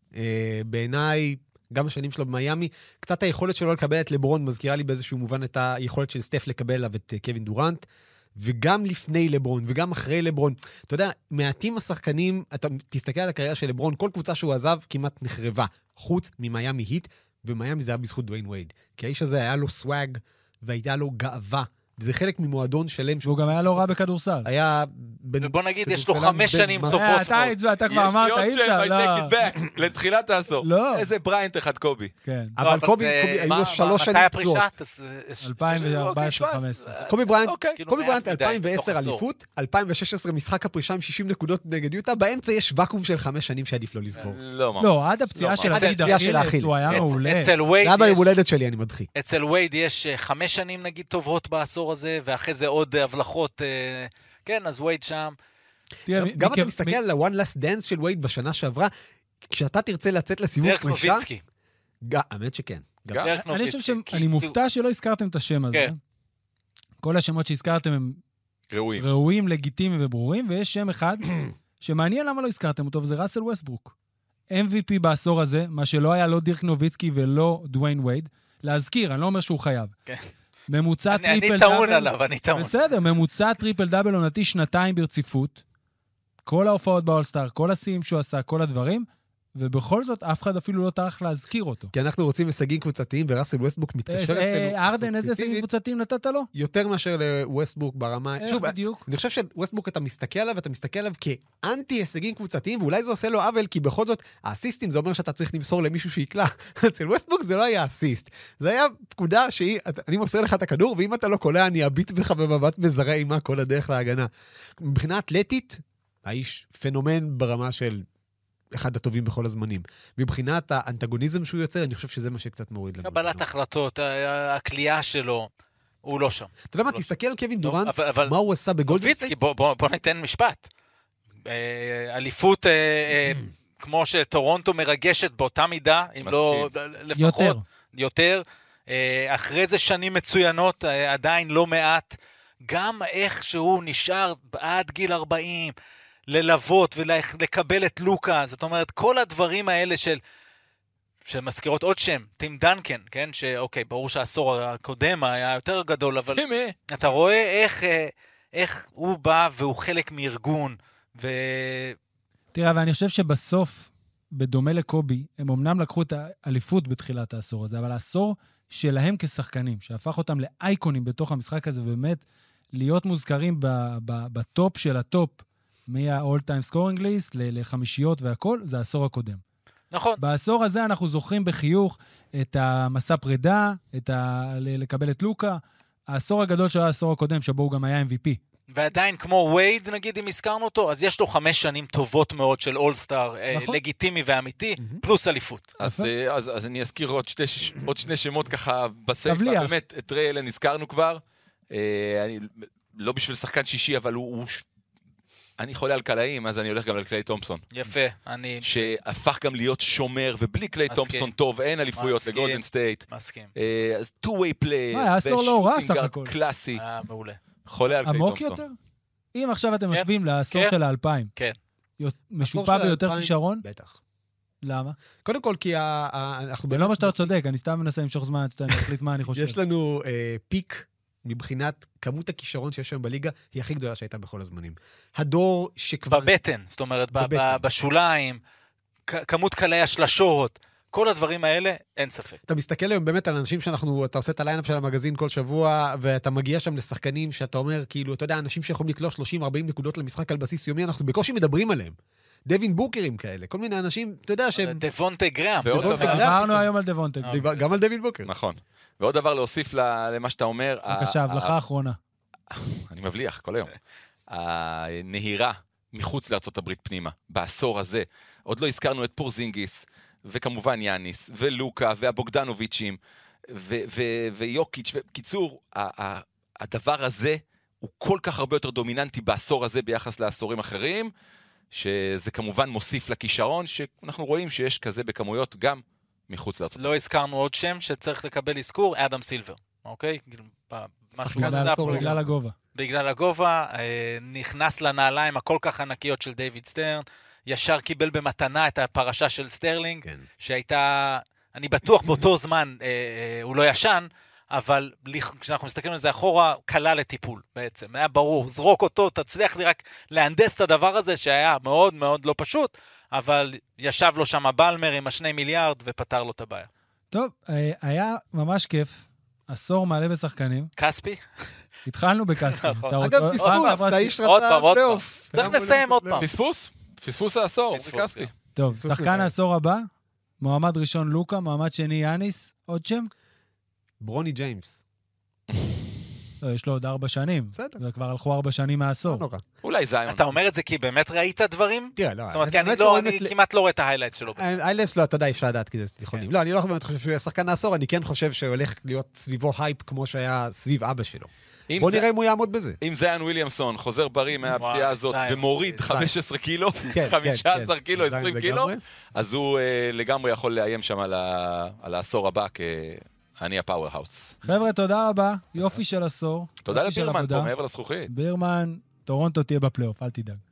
אה, בעיניי, גם השנים שלו במיימי, קצת היכולת שלו לקבל את לברון מזכירה לי באיזשהו מובן את היכולת של סטף לקבל עליו את אה, קווין דורנט, וגם לפני לברון, וגם אחרי לברון. אתה יודע, מעטים השחקנים, אתה תסתכל על הקריירה של לברון, כל קבוצה שהוא עזב כמעט נחרבה, חוץ ממיימי היט, ומיימי זה היה בזכות דוויין וייד. כי האיש הזה היה לו סוואג, והייתה לו גאווה, וזה חלק ממועדון שלם והוא גם היה לא רע בכדורסל. היה... בין- ובוא נגיד, יש לו כדורסלן חמש בין- שנים מה- טובות. אה, אתה מאוד. את זה, אתה כבר אמרת, אי אפשר, יש לי עוד שם, I לא. take it back, לתחילת העשור. לא. איזה בריינט אחד קובי. כן. לא, אבל קובי, זה- קובי, היו מה- לו מה- שלוש שנים מתי פצועות. הפרישה? תס- תס- אלפיים וארבע עשרה חמש עשרה. אוקיי, קובי בריינט, אוקיי. כאילו קובי מעט בריינט מדי, אלפיים תוך ועשר עשור. אליפות, אלפיים ושש עשרה משחק הפרישה עם שישים נקודות נגד יוטה, באמצע יש ואקום של חמש שנים שעדיף לא לסגור. לא ממש. לא, עד הפציעה לא, של מה? עד הסיד הפציעה של אכילס, האכילס. הוא היה אצ- מעולה. אצל זה וייד היה ביום יש- הולדת שלי, אני מדחיק. אצל וייד יש אה, חמש שנים נגיד טובות בעשור הזה, ואחרי זה עוד אה, הבלחות, אה, כן, אז וייד שם. תראה, גם מכ- אתה מ- מסתכל על ה-one last dance של וייד בשנה שעברה, כשאתה תרצה לצאת לסיבוב דרך פרישה, נוביצקי. ג- האמת שכן. גם- גם. דרך אני נוביצקי. חושב כי- שאני מופתע שלא הזכרתם את השם הזה. כן. כל השמות שהזכרתם הם ראויים. ראויים, לגיטימיים וברורים, ויש שם אחד שמעניין למה לא הזכרתם אותו, וזה ראסל ווסטברוק. אם וי פי בעשור הזה, מה שלא היה לא דירק נוביצקי ולא דוויין וייד. להזכיר, אני לא אומר שהוא חייב. כן. ממוצע אני- טריפל אני דאבל... טעון עליו, אני טעון. בסדר, ממוצע טריפל דאבל עונתי שנתיים ברציפות. כל ההופעות באולסטאר, כל השיאים שהוא עשה, כל הדברים, ובכל זאת אף אחד אפילו לא טרח להזכיר אותו. כי אנחנו רוצים הישגים קבוצתיים, וראסל ווסטברוק מתקשר אה, אצלנו ארדן, איזה הישגים אסוציאטיבית, קבוצתיים נתת לו? יותר מאשר לווסטברוק ברמה... איך שוב, בדיוק? אני חושב שווסטברוק, אתה מסתכל עליו, אתה מסתכל עליו כאנטי הישגים קבוצתיים, ואולי זה עושה לו עוול, כי בכל זאת, האסיסטים זה אומר שאתה צריך למסור למישהו שיקלע. אצל ווסטברוק זה לא היה אסיסט. זה היה פקודה שהיא, אני מוסר לך את הכדור, ואם אתה לא קולע, אני אביט בך במבט מזרה אימה כל הדרך להגנה. מבחינה אתלטית, האיש פנומן ברמה של אחד הטובים בכל הזמנים. מבחינת האנטגוניזם שהוא יוצר, אני חושב שזה מה שקצת מוריד לנו. קבלת החלטות, ה- הכלייה שלו, הוא לא שם. אתה יודע מה, לא. תסתכל על קווין לא, דורנט, אבל- אבל- מה הוא עשה בגולדן נוביצקי, סטייט? בוא- בוא בוא ניתן משפט. אה, אליפות, אה, אה, כמו שטורונטו מרגשת באותה מידה, אם לא לפחות יותר. יותר. אה, אחרי זה שנים מצוינות, אה, עדיין לא מעט. גם איך שהוא נשאר עד גיל ארבעים, ללוות ולקבל את לוקה. זאת אומרת, כל הדברים האלה של... שמזכירות עוד שם, טים דנקן, כן? שאוקיי, ברור שהעשור הקודם היה יותר גדול, אבל הימי. אתה רואה איך, אה, איך הוא בא והוא חלק מארגון, ו... תראה, ואני חושב שבסוף, בדומה לקובי, הם אמנם לקחו את האליפות בתחילת העשור הזה, אבל העשור שלהם כשחקנים, שהפך אותם לאייקונים בתוך המשחק הזה, ובאמת להיות מוזכרים ב- ב- בטופ של הטופ, מה-all time scoring list לחמישיות והכל, זה העשור הקודם. נכון. בעשור הזה אנחנו זוכרים בחיוך את המסע פרידה, את ה... לקבל את לוקה, העשור הגדול של העשור הקודם, שבו הוא גם היה אם וי פי. ועדיין כמו וייד, נגיד, אם הזכרנו אותו, אז יש לו חמש שנים טובות מאוד של אולסטאר, נכון. לגיטימי ואמיתי, פלוס אליפות. אז, אז, אז אני אזכיר עוד שני, עוד שני שמות ככה בסייפה, תבליח. באמת, את ריי אלן הזכרנו כבר, אה, אני, לא בשביל שחקן שישי, אבל הוא, הוא אני חולה על קלעים, אז אני הולך גם על קליי תומפסון. יפה, אני... שהפך גם להיות שומר, ובלי קליי מסכים. תומפסון טוב, אין אליפויות מסכים. לגולדן סטייט. מסכים. אה, אז two-way play, מה, היה עשור לא רע סך הכל. קלאסי, היה מעולה. חולה על קליי עמוק תומפסון. יותר? אם עכשיו אתם כן. משווים לעשור כן. של האלפיים, כן. משופע ביותר כישרון? בטח. למה? קודם כל, כי ה- ה- אנחנו... ולא מה שאתה צודק, אני סתם מנסה למשוך זמן, עד שאתה מחליט מה אני חושב. יש לנו אה, פיק מבחינת כמות הכישרון שיש היום בליגה, היא הכי גדולה שהייתה בכל הזמנים. הדור שכבר... בבטן, זאת אומרת, ב- בבטן. ב- בשוליים, כ- כמות קלי השלשות, כל הדברים האלה, אין ספק. אתה מסתכל היום באמת על אנשים שאנחנו, אתה עושה את הליינאפ של המגזין כל שבוע, ואתה מגיע שם לשחקנים שאתה אומר, כאילו, אתה יודע, אנשים שיכולים לקלוש שלושים ארבעים נקודות למשחק על בסיס יומי, אנחנו בקושי מדברים עליהם. דווין בוקרים כאלה, כל מיני אנשים, אתה יודע שהם... דבונטה גרם. ועוד דבונטה דבר, גרם. דיברנו היום על דבונטה. דיבר- גם על דווין בוקר. נכון. ועוד דבר להוסיף ל- למה שאתה אומר, בבקשה, ה- הבלחה ה- האחרונה. אני מבליח כל היום. הנהירה מחוץ לארצות הברית פנימה, בעשור הזה, עוד לא הזכרנו את פורזינגיס, וכמובן יאניס, ולוקה, והבוגדנוביצ'ים, ו- ו- ויוקיץ', וקיצור, ה- ה- הדבר הזה הוא כל כך הרבה יותר דומיננטי בעשור הזה ביחס לעשורים אחרים, שזה כמובן מוסיף לכישרון, שאנחנו רואים שיש כזה בכמויות גם מחוץ לארצות הברית. לא הזכרנו עוד שם שצריך לקבל אזכור, אדם סילבר, אוקיי? כאילו, ב- משהו בגלל עשה העשור פה- בגלל הגובה. בגלל הגובה, אה, נכנס לנעליים הכל כך ענקיות של דיוויד סטרן, ישר קיבל במתנה את הפרשה של סטרלינג, כן. שהייתה, אני בטוח באותו זמן, אה, אה, הוא לא ישן, אבל כשאנחנו מסתכלים על זה אחורה, קלה לטיפול בעצם. היה ברור, זרוק אותו, תצליח לי רק להנדס את הדבר הזה, שהיה מאוד מאוד לא פשוט, אבל ישב לו שם בלמר עם השני מיליארד ופתר לו את הבעיה. טוב, אה, היה ממש כיף. עשור מעלה בשחקנים. כספי? התחלנו בכספי. נכון. אתה רוצה- אגב, אה, פספוס, עברה- אתה איש עוד רצה פעם, עוד פעם. פלייאוף. צריך לסיים עוד פעם. פספוס? פספוס העשור, פספוס, זה כספי. כן. טוב, פספוס שחקן לבעיה. העשור הבא, מועמד ראשון לוקה, מועמד שני יאניס, עוד שם? ברוני ג'יימס. לא, יש לו עוד ארבע שנים. בסדר. זה כבר הלכו ארבע שנים לא מהעשור. נורא. אולי זיון. אתה אומר את זה כי באמת ראית דברים? תראה, לא. זאת אומרת, כי האמת אני לא, שבאמת אני ל- כמעט לא רואה את ההיילייטס שלו. איילס לא, אתה יודע, אפשר לדעת כי זה תיכונים. לא, אני לא באמת חושב שהוא יהיה שחקן העשור, אני כן חושב שהולך להיות סביבו הייפ כמו שהיה סביב אבא שלו. אם בוא זה- נראה אם הוא יעמוד בזה. אם זיון וויליאמסון חוזר בריא מהפציעה הזאת זיון. ומוריד זיון. חמש עשרה קילו, כן, חמישה עשר כן, קילו, זיון עשרים קילו, לגמרי. אז הוא אה, לגמרי יכול לאיים שם על ה- על העשור הבא כעני הפאוור האוס. חבר'ה, תודה רבה. יופי של עשור. תודה יופי של לבירמן עבודה. פה, מעבר לזכוכית. בירמן, טורונטו תהיה בפלייאוף, אל תדאג.